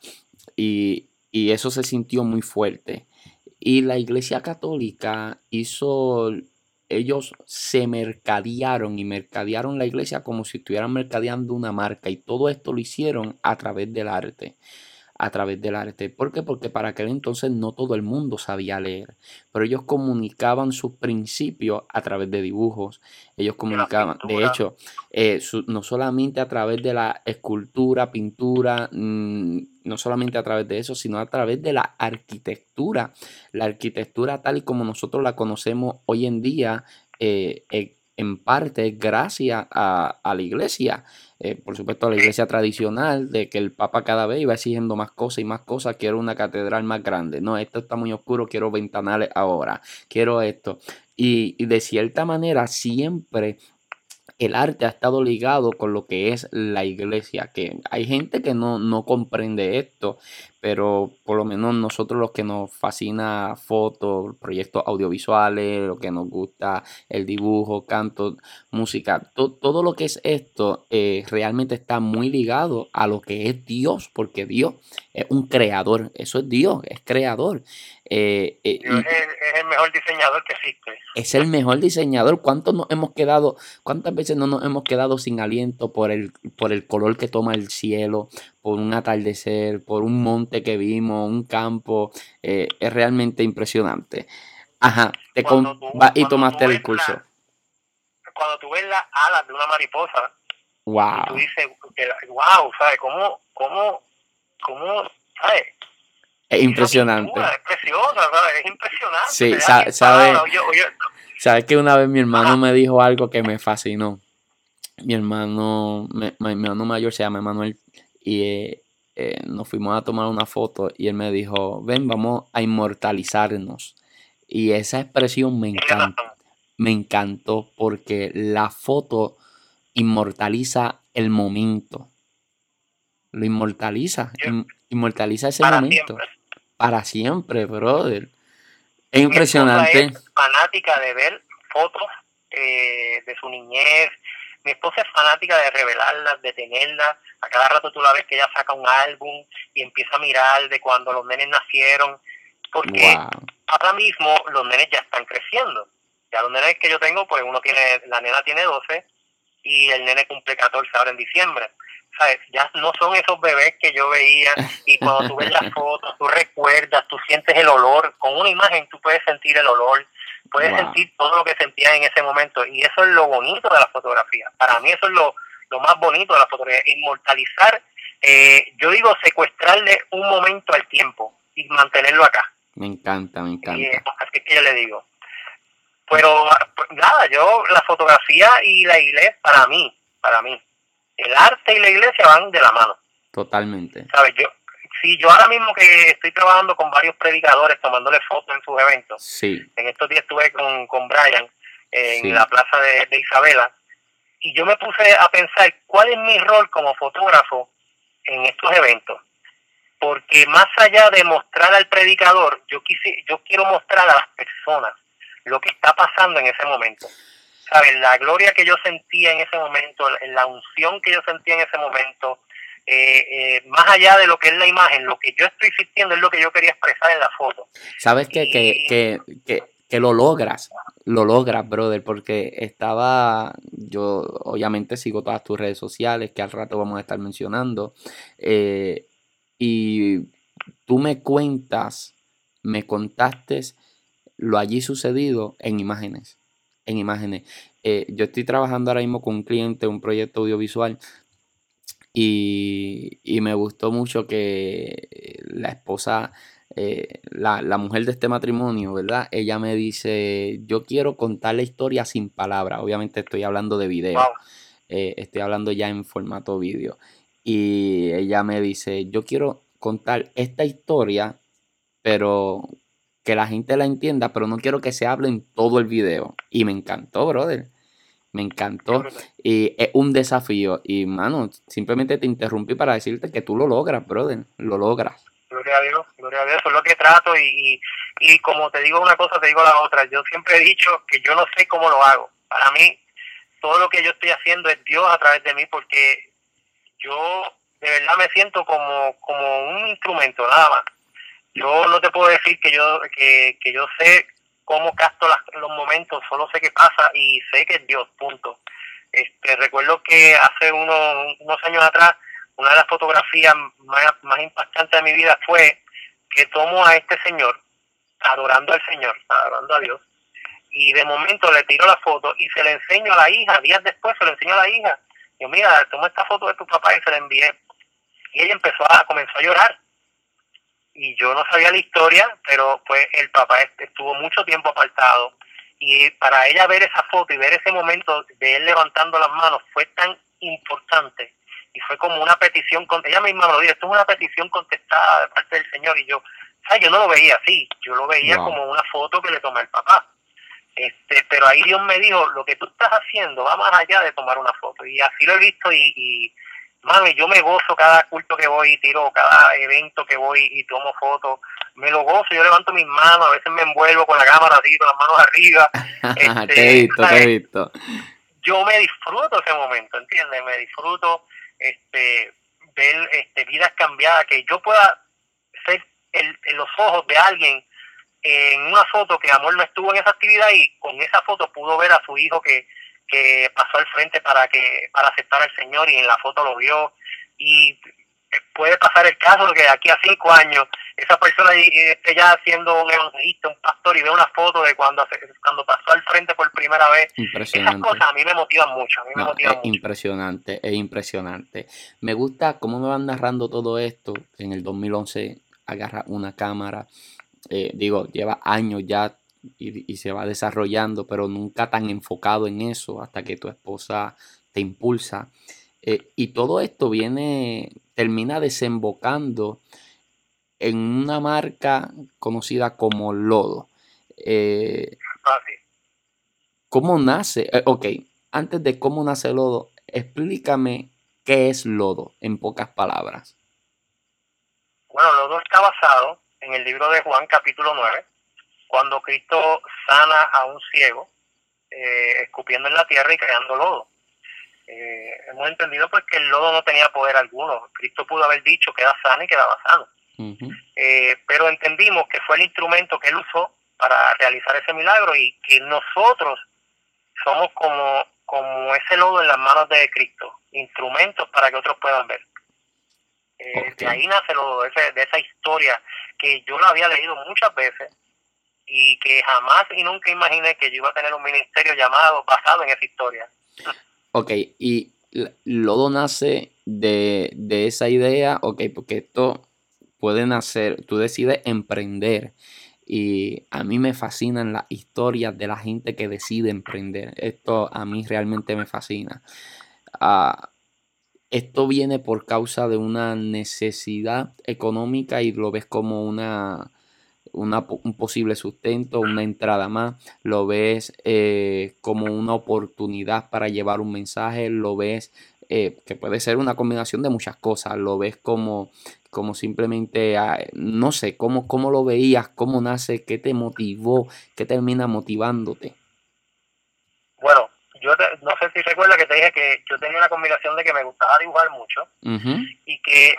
Y eso se sintió muy fuerte. Y la iglesia católica hizo, ellos se mercadearon y mercadearon la iglesia como si estuvieran mercadeando una marca. Y todo esto lo hicieron a través del arte. A través del arte. ¿Por qué? Porque para aquel entonces no todo el mundo sabía leer, pero ellos comunicaban sus principios a través de dibujos. Ellos De las comunicaban, de pinturas. hecho, no solamente a través de la escultura, pintura, no solamente a través de eso, sino a través de la arquitectura. La arquitectura tal y como nosotros la conocemos hoy en día, en parte gracias a la iglesia. Por supuesto, la Sí. iglesia tradicional, de que el Papa cada vez iba exigiendo más cosas y más cosas, quiero una catedral más grande, no, esto está muy oscuro, quiero ventanales ahora, quiero esto. Y de cierta manera siempre el arte ha estado ligado con lo que es la iglesia, que hay gente que no comprende esto, pero por lo menos nosotros los que nos fascina fotos, proyectos audiovisuales, lo que nos gusta el dibujo, canto, música, todo lo que es esto realmente está muy ligado a lo que es Dios, porque Dios es un creador, eso es Dios, es creador. Dios Y es el mejor diseñador que existe. es el mejor diseñador. ¿Cuántos nos hemos quedado, cuántas veces no nos hemos quedado sin aliento por el color que toma el cielo, por un atardecer, por un monte que vimos, un campo? Es realmente impresionante. Ajá, va y Cuando tú tomaste el ves curso. cuando tú ves las alas de una mariposa y tú Wow. dices, wow, ¿sabes? ¿Sabes? Es Esa pintura impresionante. es preciosa, ¿sabes? Es impresionante, te Sí, deja sin sabe, palabras. Oye, sabes que una vez mi hermano ajá, me dijo algo que me fascinó. Mi hermano mayor se llama Manuel y nos fuimos a tomar una foto y él me dijo, ven, vamos a inmortalizarnos. Y esa expresión tienes razón. me encantó porque la foto inmortaliza el momento, lo inmortaliza, Yo, inmortaliza ese para momento siempre. para siempre, brother. Es Mi esposa es impresionante. fanática de ver fotos de su niñez. Mi esposa es fanática de revelarlas, de tenerlas. A cada rato tú la ves que ella saca un álbum y empieza a mirar de cuando los nenes nacieron. Porque Wow, ahora mismo los nenes ya están creciendo. Ya los nenes que yo tengo, pues la nena tiene 12 y el nene cumple 14 ahora en diciembre. ¿Sabes? Ya no son esos bebés que yo veía y cuando tú ves las fotos, tú recuerdas, tú sientes el olor. Con una imagen tú puedes sentir el olor, puedes wow. sentir todo lo que sentías en ese momento y eso es lo bonito de la fotografía. Para mí eso es lo más bonito de la fotografía, inmortalizar, yo digo secuestrarle un momento al tiempo y mantenerlo acá. Me encanta, me encanta. Así que yo le digo. Pero pues, nada, yo la fotografía y la iglesia, para mí, el arte y la iglesia van de la mano. Totalmente. ¿Sabes? Yo ahora mismo que estoy trabajando con varios predicadores, tomándole fotos en sus eventos, Sí, en estos días estuve con Brian en la sí. plaza de Isabela, y yo me puse a pensar cuál es mi rol como fotógrafo en estos eventos. Porque más allá de mostrar al predicador, yo quiero mostrar a las personas lo que está pasando en ese momento. ¿Sabes? La gloria que yo sentía en ese momento, la unción que yo sentía en ese momento, más allá de lo que es la imagen, lo que yo estoy sintiendo es lo que yo quería expresar en la foto. Sabes Y que lo logras, brother, porque yo obviamente sigo todas tus redes sociales, que al rato vamos a estar mencionando, eh, y tú me contaste lo allí sucedido en imágenes. Yo estoy trabajando ahora mismo con un cliente, un proyecto audiovisual, y me gustó mucho que la esposa la mujer de este matrimonio, ¿verdad? Ella me dice, yo quiero contar la historia sin palabras. Obviamente estoy hablando de video. Wow. Estoy hablando ya en formato vídeo. Y ella me dice, yo quiero contar esta historia, pero que la gente la entienda, pero no quiero que se hable en todo el video. Y me encantó, brother. Me encantó. Y es un desafío. Y, mano, simplemente te interrumpí para decirte que tú lo logras, brother. Lo logras. Gloria a Dios, gloria a Dios. Eso es lo que trato y como te digo una cosa, te digo la otra. Yo siempre he dicho que yo no sé cómo lo hago. Para mí, todo lo que yo estoy haciendo es Dios a través de mí, porque yo de verdad me siento como un instrumento, nada más. Yo no te puedo decir que yo sé cómo capto los momentos, solo sé qué pasa y sé que es Dios, punto. Recuerdo que hace unos años atrás, una de las fotografías más impactantes de mi vida fue que tomo a este señor, adorando al Señor, adorando a Dios, y de momento le tiro la foto y se le enseño a la hija, días después se le enseño a la hija. Yo, mira, toma esta foto de tu papá y se la envié. Y ella comenzó a llorar. Y yo no sabía la historia, pero pues el papá estuvo mucho tiempo apartado. Y para ella ver esa foto y ver ese momento de él levantando las manos fue tan importante. Y fue como una petición, ella misma me lo dijo, esto es una petición contestada de parte del Señor. Y yo, ¿sabes? Yo no lo veía así, yo lo veía Wow. como una foto que le tomé al papá. Pero ahí Dios me dijo, lo que tú estás haciendo va más allá de tomar una foto. Y así lo he visto mami, yo me gozo cada culto que voy y tiro, cada evento que voy y tomo fotos. Me lo gozo, yo levanto mis manos, a veces me envuelvo con la cámara así, con las manos arriba. Te he visto, te he visto. Yo me disfruto ese momento, ¿entiendes? Me disfruto ver vidas cambiadas, que yo pueda ser en los ojos de alguien en una foto que amor no estuvo en esa actividad y con esa foto pudo ver a su hijo que pasó al frente para aceptar al Señor y en la foto lo vio. Y puede pasar el caso de que de aquí a 5 años esa persona esté ya siendo un evangelista, un pastor y ve una foto de cuando pasó al frente por primera vez. Impresionante. Esas cosas a mí me motivan mucho. Es impresionante, es impresionante. Me gusta cómo me van narrando todo esto. En el 2011 agarra una cámara. Lleva años ya y se va desarrollando, pero nunca tan enfocado en eso hasta que tu esposa te impulsa. Y todo esto termina desembocando en una marca conocida como Lodo. ¿Cómo nace? Ok, antes de cómo nace Lodo, explícame qué es Lodo, en pocas palabras. Bueno, Lodo está basado en el libro de Juan, capítulo 9, cuando Cristo sana a un ciego, escupiendo en la tierra y creando lodo. Hemos entendido pues que el lodo no tenía poder alguno. Cristo pudo haber dicho queda sano y quedaba sano. Uh-huh. Pero entendimos que fue el instrumento que él usó para realizar ese milagro y que nosotros somos como ese lodo en las manos de Cristo, instrumentos para que otros puedan ver. Okay. De ahí nace lodo, de esa historia que yo la había leído muchas veces y que jamás y nunca imaginé que yo iba a tener un ministerio basado en esa historia. Ok, y Lodo nace de esa idea, ok, porque esto puede nacer, tú decides emprender y a mí me fascinan las historias de la gente que decide emprender. Esto a mí realmente me fascina. Esto viene por causa de una necesidad económica y lo ves como un posible sustento, una entrada más, lo ves como una oportunidad para llevar un mensaje, lo ves que puede ser una combinación de muchas cosas, lo ves como simplemente, no sé, cómo lo veías, cómo nace, qué te motivó, qué termina motivándote. Bueno, no sé si recuerdas que te dije que yo tenía una combinación de que me gustaba dibujar mucho uh-huh. y que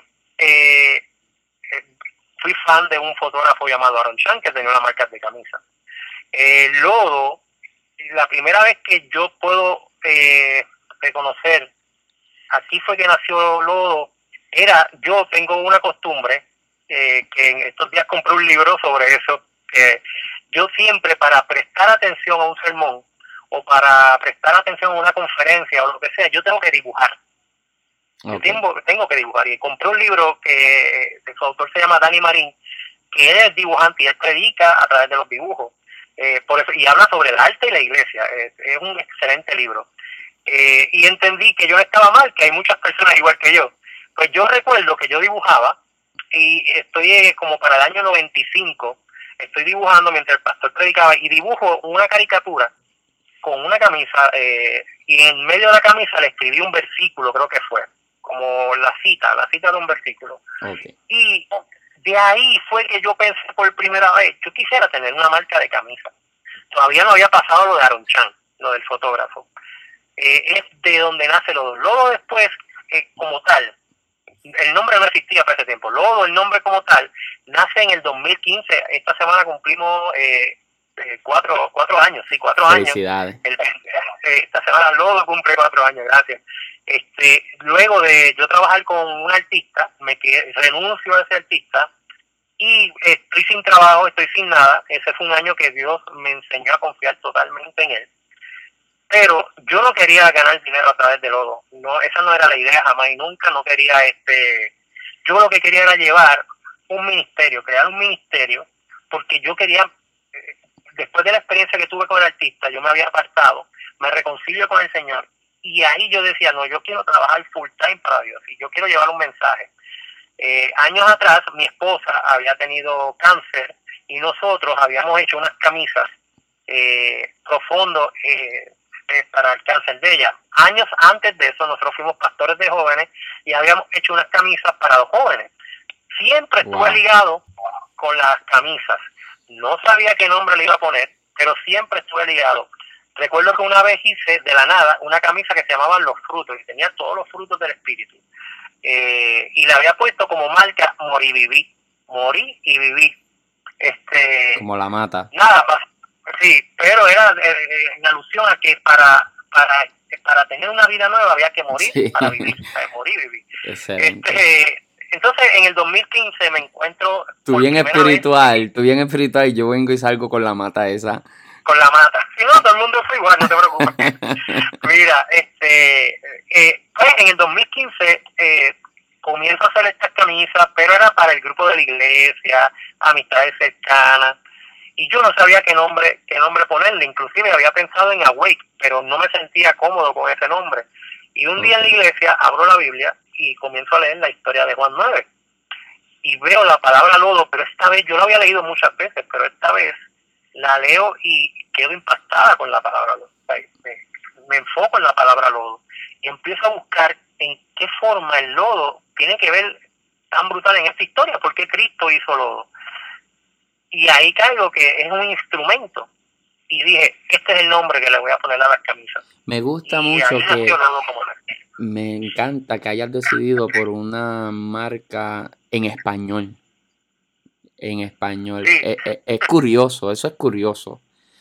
fui fan de un fotógrafo llamado Aaron Chan que tenía una marca de camisa. Lodo, la primera vez que yo puedo reconocer, aquí fue que nació Lodo, yo tengo una costumbre, que en estos días compré un libro sobre eso, yo siempre para prestar atención a un sermón o para prestar atención a una conferencia o lo que sea, yo tengo que dibujar. Okay. Tengo que dibujar. Y compré un libro que de su autor se llama Dani Marín, que él es dibujante y él predica a través de los dibujos. Por eso, y habla sobre el arte y la iglesia. Es un excelente libro. Y entendí que yo no estaba mal, que hay muchas personas igual que yo. Pues yo recuerdo que yo dibujaba, y estoy como para el año 95, estoy dibujando mientras el pastor predicaba, y dibujo una caricatura con una camisa, y en medio de la camisa le escribí un versículo, creo que fue, como la cita de un versículo. Okay. Y de ahí fue que yo pensé por primera vez, yo quisiera tener una marca de camisa. Todavía no había pasado lo de Aaron Chan, lo del fotógrafo. Es de donde nace Lodo. Lodo después, como tal, el nombre no existía para ese tiempo. Lodo, el nombre como tal, nace en el 2015. Esta semana cumplimos 4 años, sí, 4 años. Felicidades. Esta semana Lodo cumple 4 años, gracias. Luego de yo trabajar con un artista, renuncio a ese artista y estoy sin trabajo, estoy sin nada. Ese fue un año que Dios me enseñó a confiar totalmente en él. Pero yo no quería ganar dinero a través de Lodo. No, esa no era la idea jamás y nunca. No quería yo lo que quería era llevar un ministerio, crear un ministerio, porque yo quería, después de la experiencia que tuve con el artista, yo me había apartado, me reconcilio con el Señor y ahí yo decía, no, yo quiero trabajar full time para Dios y yo quiero llevar un mensaje. Años atrás mi esposa había tenido cáncer y nosotros habíamos hecho unas camisas profundo para el cáncer de ella. Años antes de eso nosotros fuimos pastores de jóvenes y habíamos hecho unas camisas para los jóvenes. Siempre estuve ligado con las camisas. No sabía qué nombre le iba a poner, pero siempre estuve ligado. Recuerdo que una vez hice de la nada una camisa que se llamaban Los Frutos y tenía todos los frutos del Espíritu. Y le había puesto como marca Morí y Viví. Como la mata. Nada, sí, pero era en alusión a que para tener una vida nueva había que morir para vivir. Morir y vivir. Excelente. Entonces, en el 2015 me encuentro... Tú bien espiritual, y yo vengo y salgo con la mata esa. Con la mata. Si no, todo el mundo fue igual, no te preocupes. Mira, pues en el 2015 comienzo a hacer estas camisas, pero era para el grupo de la iglesia, amistades cercanas, y yo no sabía qué nombre ponerle. Inclusive había pensado en Awake, pero no me sentía cómodo con ese nombre. Y un día en la iglesia abro la Biblia y comienzo a leer la historia de Juan 9. Y veo la palabra lodo, pero esta vez, yo la había leído muchas veces, pero esta vez la leo y quedo impactada con la palabra lodo. Me enfoco en la palabra lodo y empiezo a buscar en qué forma el lodo tiene que ver tan brutal en esta historia, porque Cristo hizo lodo. Y ahí caigo que es un instrumento. Y dije, este es el nombre que le voy a poner a las camisas. Me gusta mucho que... Me encanta que hayas decidido por una marca en español. En español. Sí. Es curioso, eso es curioso.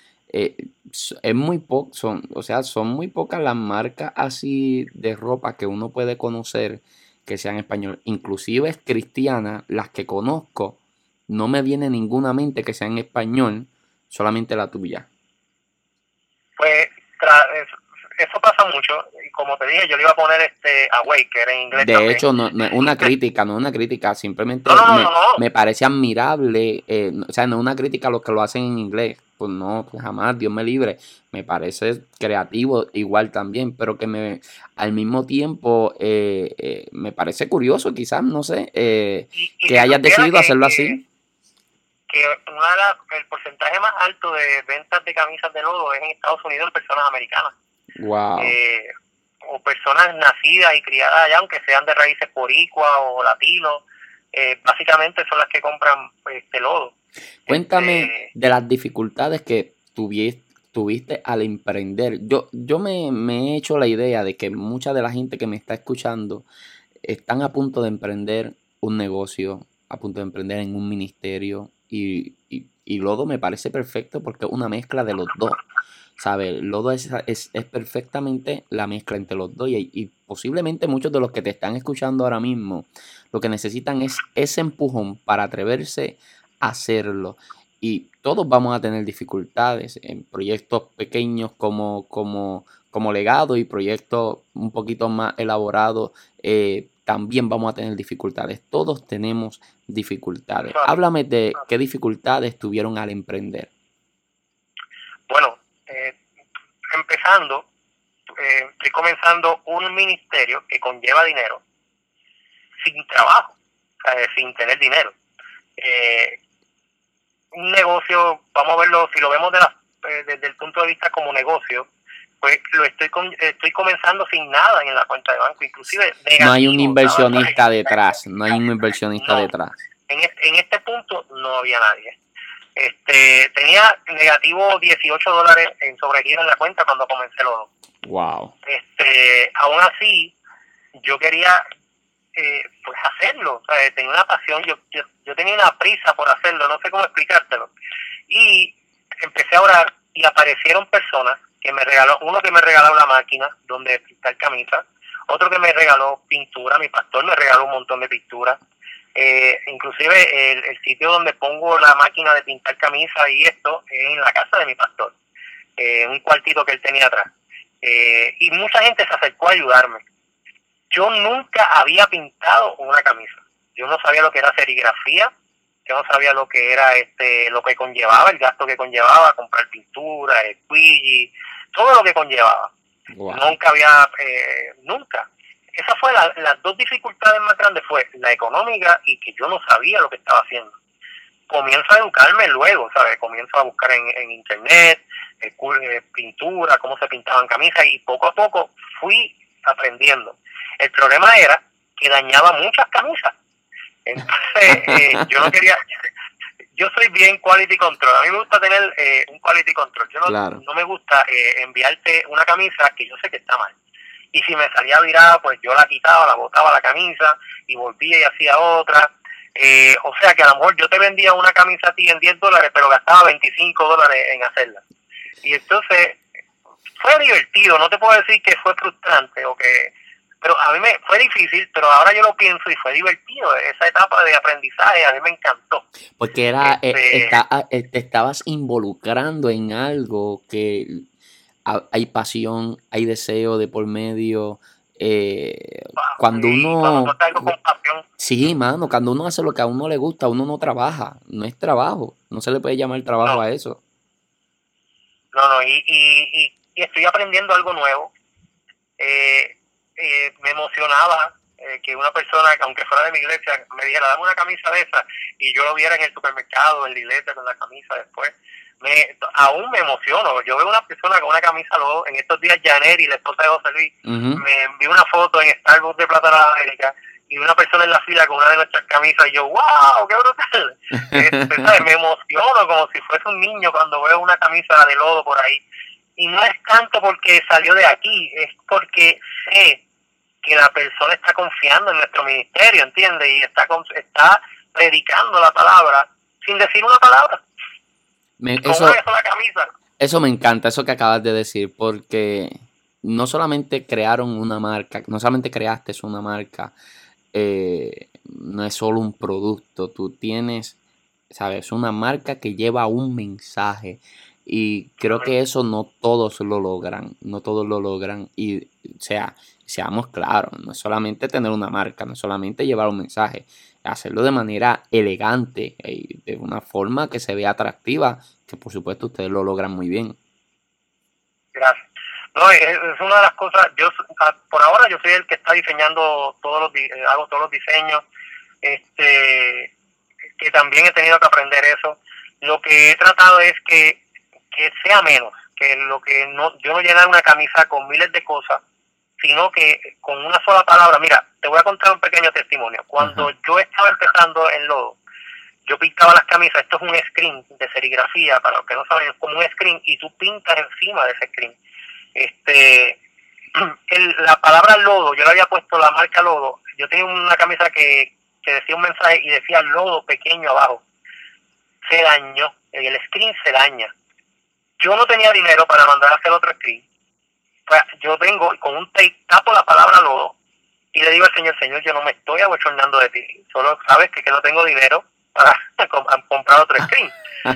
Es muy son muy pocas las marcas así de ropa que uno puede conocer que sean en español. Inclusive es cristiana, las que conozco, no me viene ninguna a mente que sea en español, solamente la tuya. Pues eso pasa mucho, y como te dije, yo le iba a poner Awake, que era en inglés. De también. hecho, no es una crítica, simplemente no. me parece admirable, o sea, no es una crítica a los que lo hacen en inglés, pues no, pues jamás, Dios me libre, me parece creativo igual también, pero que al mismo tiempo me parece curioso quizás, no sé, que hayas decidido hacerlo así. Que el porcentaje más alto de ventas de camisas de lodo es en Estados Unidos en personas americanas. Wow. O personas nacidas y criadas allá, aunque sean de raíces boricua o latinos, básicamente son las que compran lodo. Cuéntame de las dificultades que tuviste al emprender. Yo me he hecho la idea de que mucha de la gente que me está escuchando están a punto de emprender un negocio, a punto de emprender en un ministerio, y Lodo me parece perfecto porque es una mezcla de los dos. ¿Sabes? Lodo es perfectamente la mezcla entre los dos y posiblemente muchos de los que te están escuchando ahora mismo lo que necesitan es ese empujón para atreverse a hacerlo. Y todos vamos a tener dificultades en proyectos pequeños como Legado y proyectos un poquito más elaborados. también vamos a tener dificultades. Todos tenemos dificultades. Háblame de qué dificultades tuvieron al emprender. Bueno, empezando, estoy comenzando un ministerio que conlleva dinero sin trabajo, o sea, sin tener dinero. Un negocio, vamos a verlo, si lo vemos desde el punto de vista como negocio, pues estoy comenzando sin nada en la cuenta de banco, inclusive negativo. No hay un inversionista detrás, no hay un inversionista detrás. En este punto no había nadie. Tenía negativo $18 en sobregiro en la cuenta cuando comencé Lodo. Wow. Aún así, yo quería pues hacerlo, o sea, tenía una pasión, yo tenía una prisa por hacerlo, no sé cómo explicártelo. Y empecé a orar y aparecieron personas que me regaló, uno que me regaló una máquina donde pintar camisas, otro que me regaló pintura, mi pastor me regaló un montón de pintura, inclusive el sitio donde pongo la máquina de pintar camisas y esto es en la casa de mi pastor, un cuartito que él tenía atrás, y mucha gente se acercó a ayudarme. Yo nunca había pintado una camisa, yo no sabía lo que era serigrafía, yo no sabía lo que era lo que conllevaba, el gasto que conllevaba, comprar pintura, squeegee, todo lo que conllevaba. Wow. Nunca. Esa fue las dos dificultades más grandes, fue la económica y que yo no sabía lo que estaba haciendo. Comienzo a educarme luego, ¿sabes? Comienzo a buscar en internet, pintura, cómo se pintaban camisas, y poco a poco fui aprendiendo. El problema era que dañaba muchas camisas. Entonces, yo no quería... Yo soy bien quality control. A mí me gusta tener un quality control. Yo no me gusta enviarte una camisa que yo sé que está mal. Y si me salía virada, pues yo la quitaba, la botaba la camisa y volvía y hacía otra. O sea que a lo mejor yo te vendía una camisa a ti en $10, pero gastaba $25 en hacerla. Y entonces fue divertido. No te puedo decir que fue frustrante o que... Pero a mí me fue difícil, pero ahora yo lo pienso y fue divertido. Esa etapa de aprendizaje a mí me encantó. Porque te estabas involucrando en algo que hay pasión, hay deseo de por medio. Cuando uno... con pasión. Sí, mano, cuando uno hace lo que a uno le gusta, uno no trabaja. No es trabajo. No se le puede llamar trabajo a eso. No, y estoy aprendiendo algo nuevo. Me emocionaba que una persona, aunque fuera de mi iglesia, me dijera, dame una camisa de esa, y yo lo viera en el supermercado, en la iglesia con la camisa después. Aún me emociono. Yo veo una persona con una camisa Lodo. En estos días, Janeri, la esposa de José Luis, me envió una foto en Starbucks de Plaza de la América, y una persona en la fila con una de nuestras camisas, y yo, ¡wow! ¡Qué brutal! ¿Sabes? Me emociono como si fuese un niño cuando veo una camisa de Lodo por ahí. Y no es tanto porque salió de aquí, es porque sé que la persona está confiando en nuestro ministerio, ¿entiendes? Y está predicando la palabra sin decir una palabra. Con una sola camisa. Eso me encanta, eso que acabas de decir, porque no solamente crearon una marca, no solamente creaste una marca, no es solo un producto, tú tienes, ¿sabes? Una marca que lleva un mensaje. Y creo que eso no todos lo logran, y o sea, seamos claros, no es solamente tener una marca, no es solamente llevar un mensaje, hacerlo de manera elegante y de una forma que se vea atractiva, que por supuesto ustedes lo logran muy bien. Gracias. No, es una de las cosas, por ahora yo soy el que está diseñando hago todos los diseños, que también he tenido que aprender eso. Lo que he tratado es que sea menos, que yo no llenar una camisa con miles de cosas, sino que con una sola palabra. Mira, te voy a contar un pequeño testimonio. Cuando yo estaba empezando en Lodo, yo pintaba las camisas. Esto es un screen de serigrafía, para los que no saben, es como un screen, y tú pintas encima de ese screen. La palabra Lodo, yo le había puesto la marca Lodo. Yo tenía una camisa que decía un mensaje y decía Lodo pequeño abajo. Se dañó, el screen se daña. Yo no tenía dinero para mandar a hacer otro screen. Pues yo vengo con un tape, tapo la palabra Lodo y le digo al Señor, yo no me estoy abochornando de ti. Solo sabes que no tengo dinero para comprar otro screen.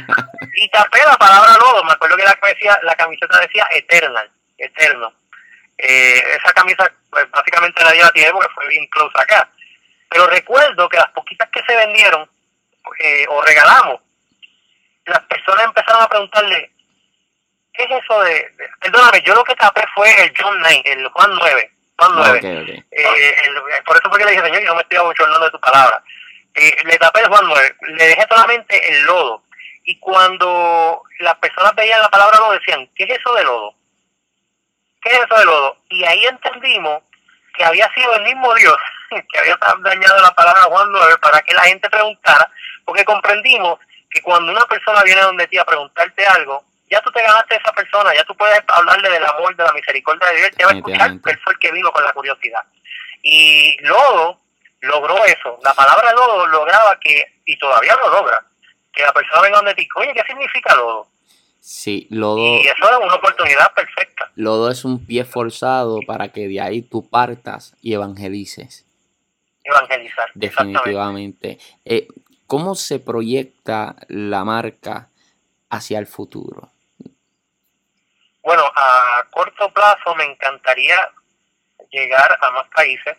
Y tapé la palabra Lodo. Me acuerdo que la camiseta decía Eternal, eterno. Esa camisa pues básicamente nadie la tiene porque fue bien close acá. Pero recuerdo que las poquitas que se vendieron o regalamos, las personas empezaron a preguntarle, ¿qué es eso perdóname, yo lo que tapé fue el John 9, el Juan 9. Juan 9. Okay. Por eso fue que le dije, señor, yo no me estoy abochornando de tu palabra. Le tapé el Juan 9, le dejé solamente el lodo. Y cuando las personas veían la palabra lodo, decían, ¿qué es eso de lodo? ¿Qué es eso de lodo? Y ahí entendimos que había sido el mismo Dios que había dañado la palabra Juan 9 para que la gente preguntara, porque comprendimos que cuando una persona viene donde ti a preguntarte algo, ya tú te ganaste a esa persona, ya tú puedes hablarle del amor, de la misericordia de Dios, te va a escuchar, él fue el que vino con la curiosidad. Y lodo logró eso, la palabra lodo lograba que, y todavía lo logra, que la persona venga donde ti, oye, ¿qué significa lodo? Sí, lodo. Y eso es una oportunidad perfecta. Lodo es un pie forzado para que de ahí tú partas y evangelices. Evangelizar. Definitivamente. ¿Cómo se proyecta la marca hacia el futuro? Bueno, a corto plazo me encantaría llegar a más países.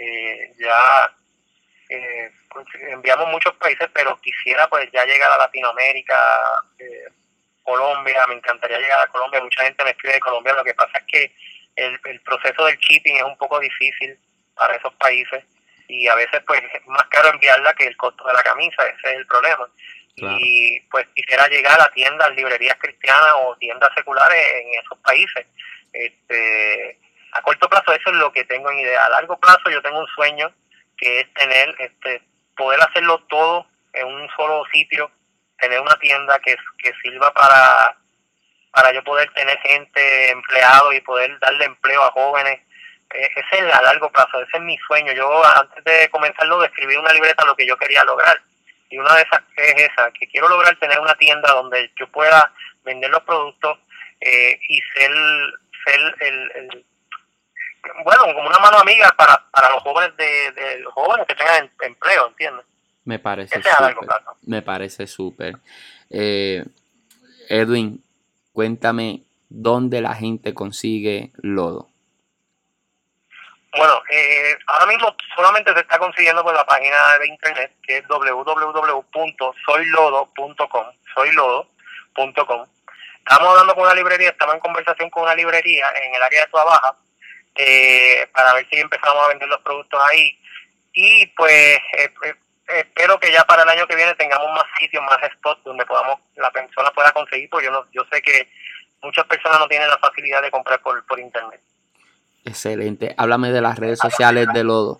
Pues, enviamos muchos países, pero quisiera pues ya llegar a Latinoamérica, Colombia. Me encantaría llegar a Colombia. Mucha gente me escribe de Colombia. Lo que pasa es que el proceso del shipping es un poco difícil para esos países y a veces pues es más caro enviarla que el costo de la camisa. Ese es el problema. Claro. Y pues quisiera llegar a tiendas, librerías cristianas o tiendas seculares en esos países. A corto plazo eso es lo que tengo en idea. A largo plazo yo tengo un sueño que es tener, poder hacerlo todo en un solo sitio, tener una tienda que sirva para yo poder tener gente, empleados y poder darle empleo a jóvenes. Ese es a largo plazo, ese es mi sueño. Yo antes de comenzarlo escribí una libreta lo que yo quería lograr. Y una de esas es esa, que quiero lograr tener una tienda donde yo pueda vender los productos y ser bueno, como una mano amiga para los jóvenes de los jóvenes que tengan empleo, ¿entiendes? Me parece ese es a largo plazo. Me parece súper. Edwin, cuéntame dónde la gente consigue lodo. Bueno, ahora mismo solamente se está consiguiendo por la página de internet, que es www.soylodo.com. Estamos hablando con una librería, estamos en conversación con una librería en el área de Tuabaja, para ver si empezamos a vender los productos ahí. Y pues espero que ya para el año que viene tengamos más sitios, más spots donde la persona pueda conseguir, porque yo sé que muchas personas no tienen la facilidad de comprar por internet. Excelente. Háblame de las redes sociales de Lodo.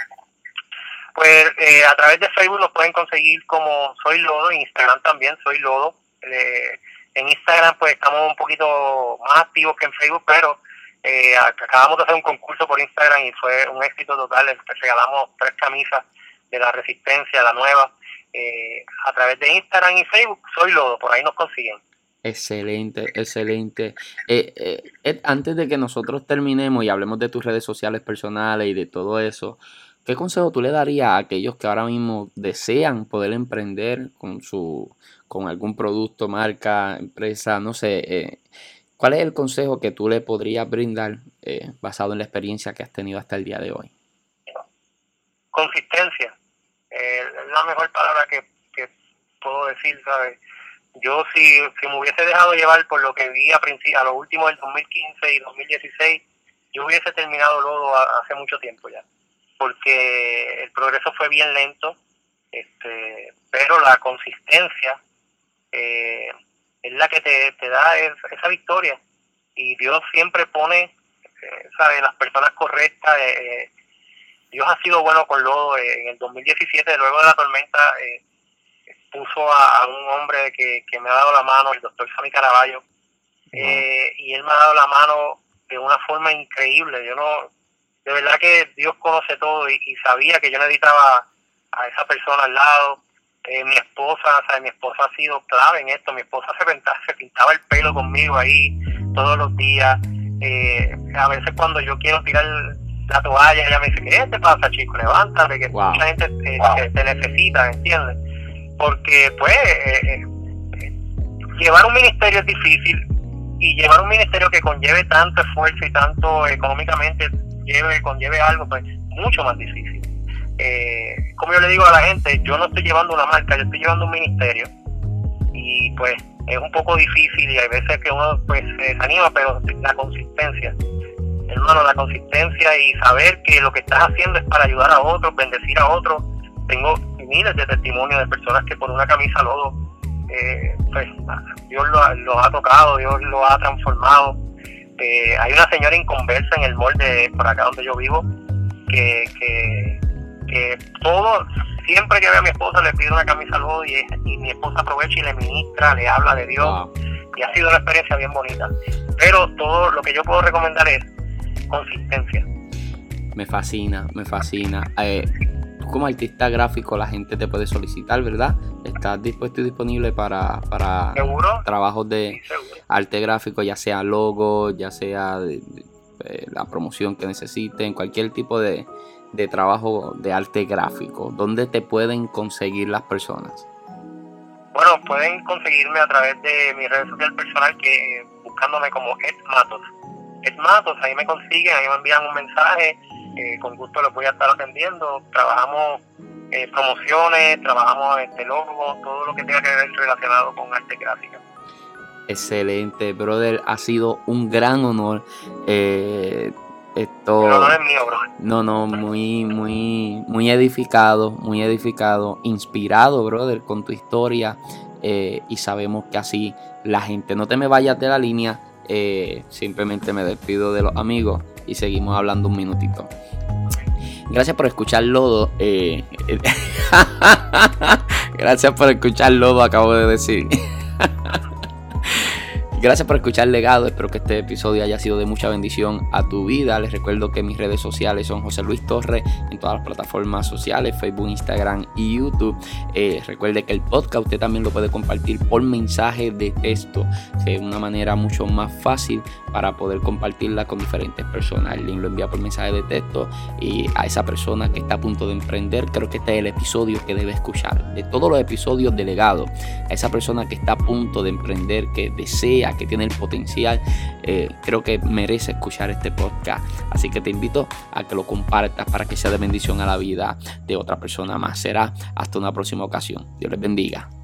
Pues a través de Facebook nos pueden conseguir como Soy Lodo, en Instagram también Soy Lodo. En Instagram pues estamos un poquito más activos que en Facebook, pero acabamos de hacer un concurso por Instagram y fue un éxito total. Regalamos 3 camisas de la Resistencia, la nueva, a través de Instagram y Facebook. Soy Lodo, por ahí nos consiguen. Excelente, excelente. Antes de que nosotros terminemos y hablemos de tus redes sociales personales y de todo eso, ¿qué consejo tú le darías a aquellos que ahora mismo desean poder emprender con algún producto, marca, empresa, no sé? ¿Cuál es el consejo que tú le podrías brindar basado en la experiencia que has tenido hasta el día de hoy? Consistencia. Es la mejor palabra que puedo decir, ¿sabes? Yo si me hubiese dejado llevar por lo que vi a lo último del 2015 y 2016, yo hubiese terminado Lodo hace mucho tiempo ya, porque el progreso fue bien lento, pero la consistencia es la que te da esa victoria, y Dios siempre pone las personas correctas. Dios ha sido bueno con Lodo. En el 2017, luego de la tormenta, puso a un hombre que me ha dado la mano, el doctor Sammy Caraballo, y él me ha dado la mano de una forma increíble. De verdad que Dios conoce todo, y sabía que yo necesitaba a esa persona al lado. Mi esposa ha sido clave en esto. Mi esposa se pintaba el pelo conmigo ahí todos los días. A veces cuando yo quiero tirar la toalla, ella me dice, ¿qué te pasa, chico? Levántate, que mucha gente te necesita, ¿entiendes? Porque pues llevar un ministerio es difícil, y llevar un ministerio que conlleve tanto esfuerzo y tanto económicamente conlleve algo, pues mucho más difícil. Como yo le digo a la gente, yo no estoy llevando una marca, yo estoy llevando un ministerio, y pues es un poco difícil y hay veces que uno pues se desanima, pero la consistencia, hermano, la consistencia y saber que lo que estás haciendo es para ayudar a otros, bendecir a otros. Tengo miles de testimonios de personas que por una camisa lodo, pues Dios los ha tocado, Dios los ha transformado. Hay una señora inconversa en el mall de por acá donde yo vivo que todo, siempre que ve a mi esposa le pide una camisa lodo y mi esposa aprovecha y le ministra, le habla de Dios. Wow. Y ha sido una experiencia bien bonita. Pero todo lo que yo puedo recomendar es consistencia. Me fascina. Como artista gráfico la gente te puede solicitar, ¿verdad? ¿Estás dispuesto y disponible para ¿Seguro? Trabajos de arte gráfico, ya sea logo, ya sea la promoción que necesiten, cualquier tipo de trabajo de arte gráfico? ¿Dónde te pueden conseguir las personas? Bueno, pueden conseguirme a través de mi red social personal, que buscándome como Ed Matos. Ed Matos, ahí me consiguen, ahí me envían un mensaje. Con gusto los voy a estar atendiendo. Trabajamos promociones, trabajamos logo, todo lo que tenga que ver relacionado con arte gráfica. Excelente, brother, ha sido un gran honor. El honor es mío, brother. No, muy edificado, inspirado, brother, con tu historia, y sabemos que así la gente. No te me vayas de la línea, simplemente me despido de los amigos y seguimos hablando un minutito. Gracias por escuchar Lodo. Gracias por escuchar Lodo, acabo de decir. Gracias por escuchar Legado. Espero que este episodio haya sido de mucha bendición a tu vida. Les recuerdo que mis redes sociales son José Luis Torres en todas las plataformas sociales, Facebook, Instagram y YouTube. Recuerde que el podcast usted también lo puede compartir por mensaje de texto, que es una manera mucho más fácil para poder compartirla con diferentes personas. El link lo envía por mensaje de texto y a esa persona que está a punto de emprender, creo que este es el episodio que debe escuchar. De todos los episodios de Legado, a esa persona que está a punto de emprender, que desea, que tiene el potencial, creo que merece escuchar este podcast. Así que te invito a que lo compartas para que sea de bendición a la vida de otra persona más. Será hasta una próxima ocasión. Dios les bendiga.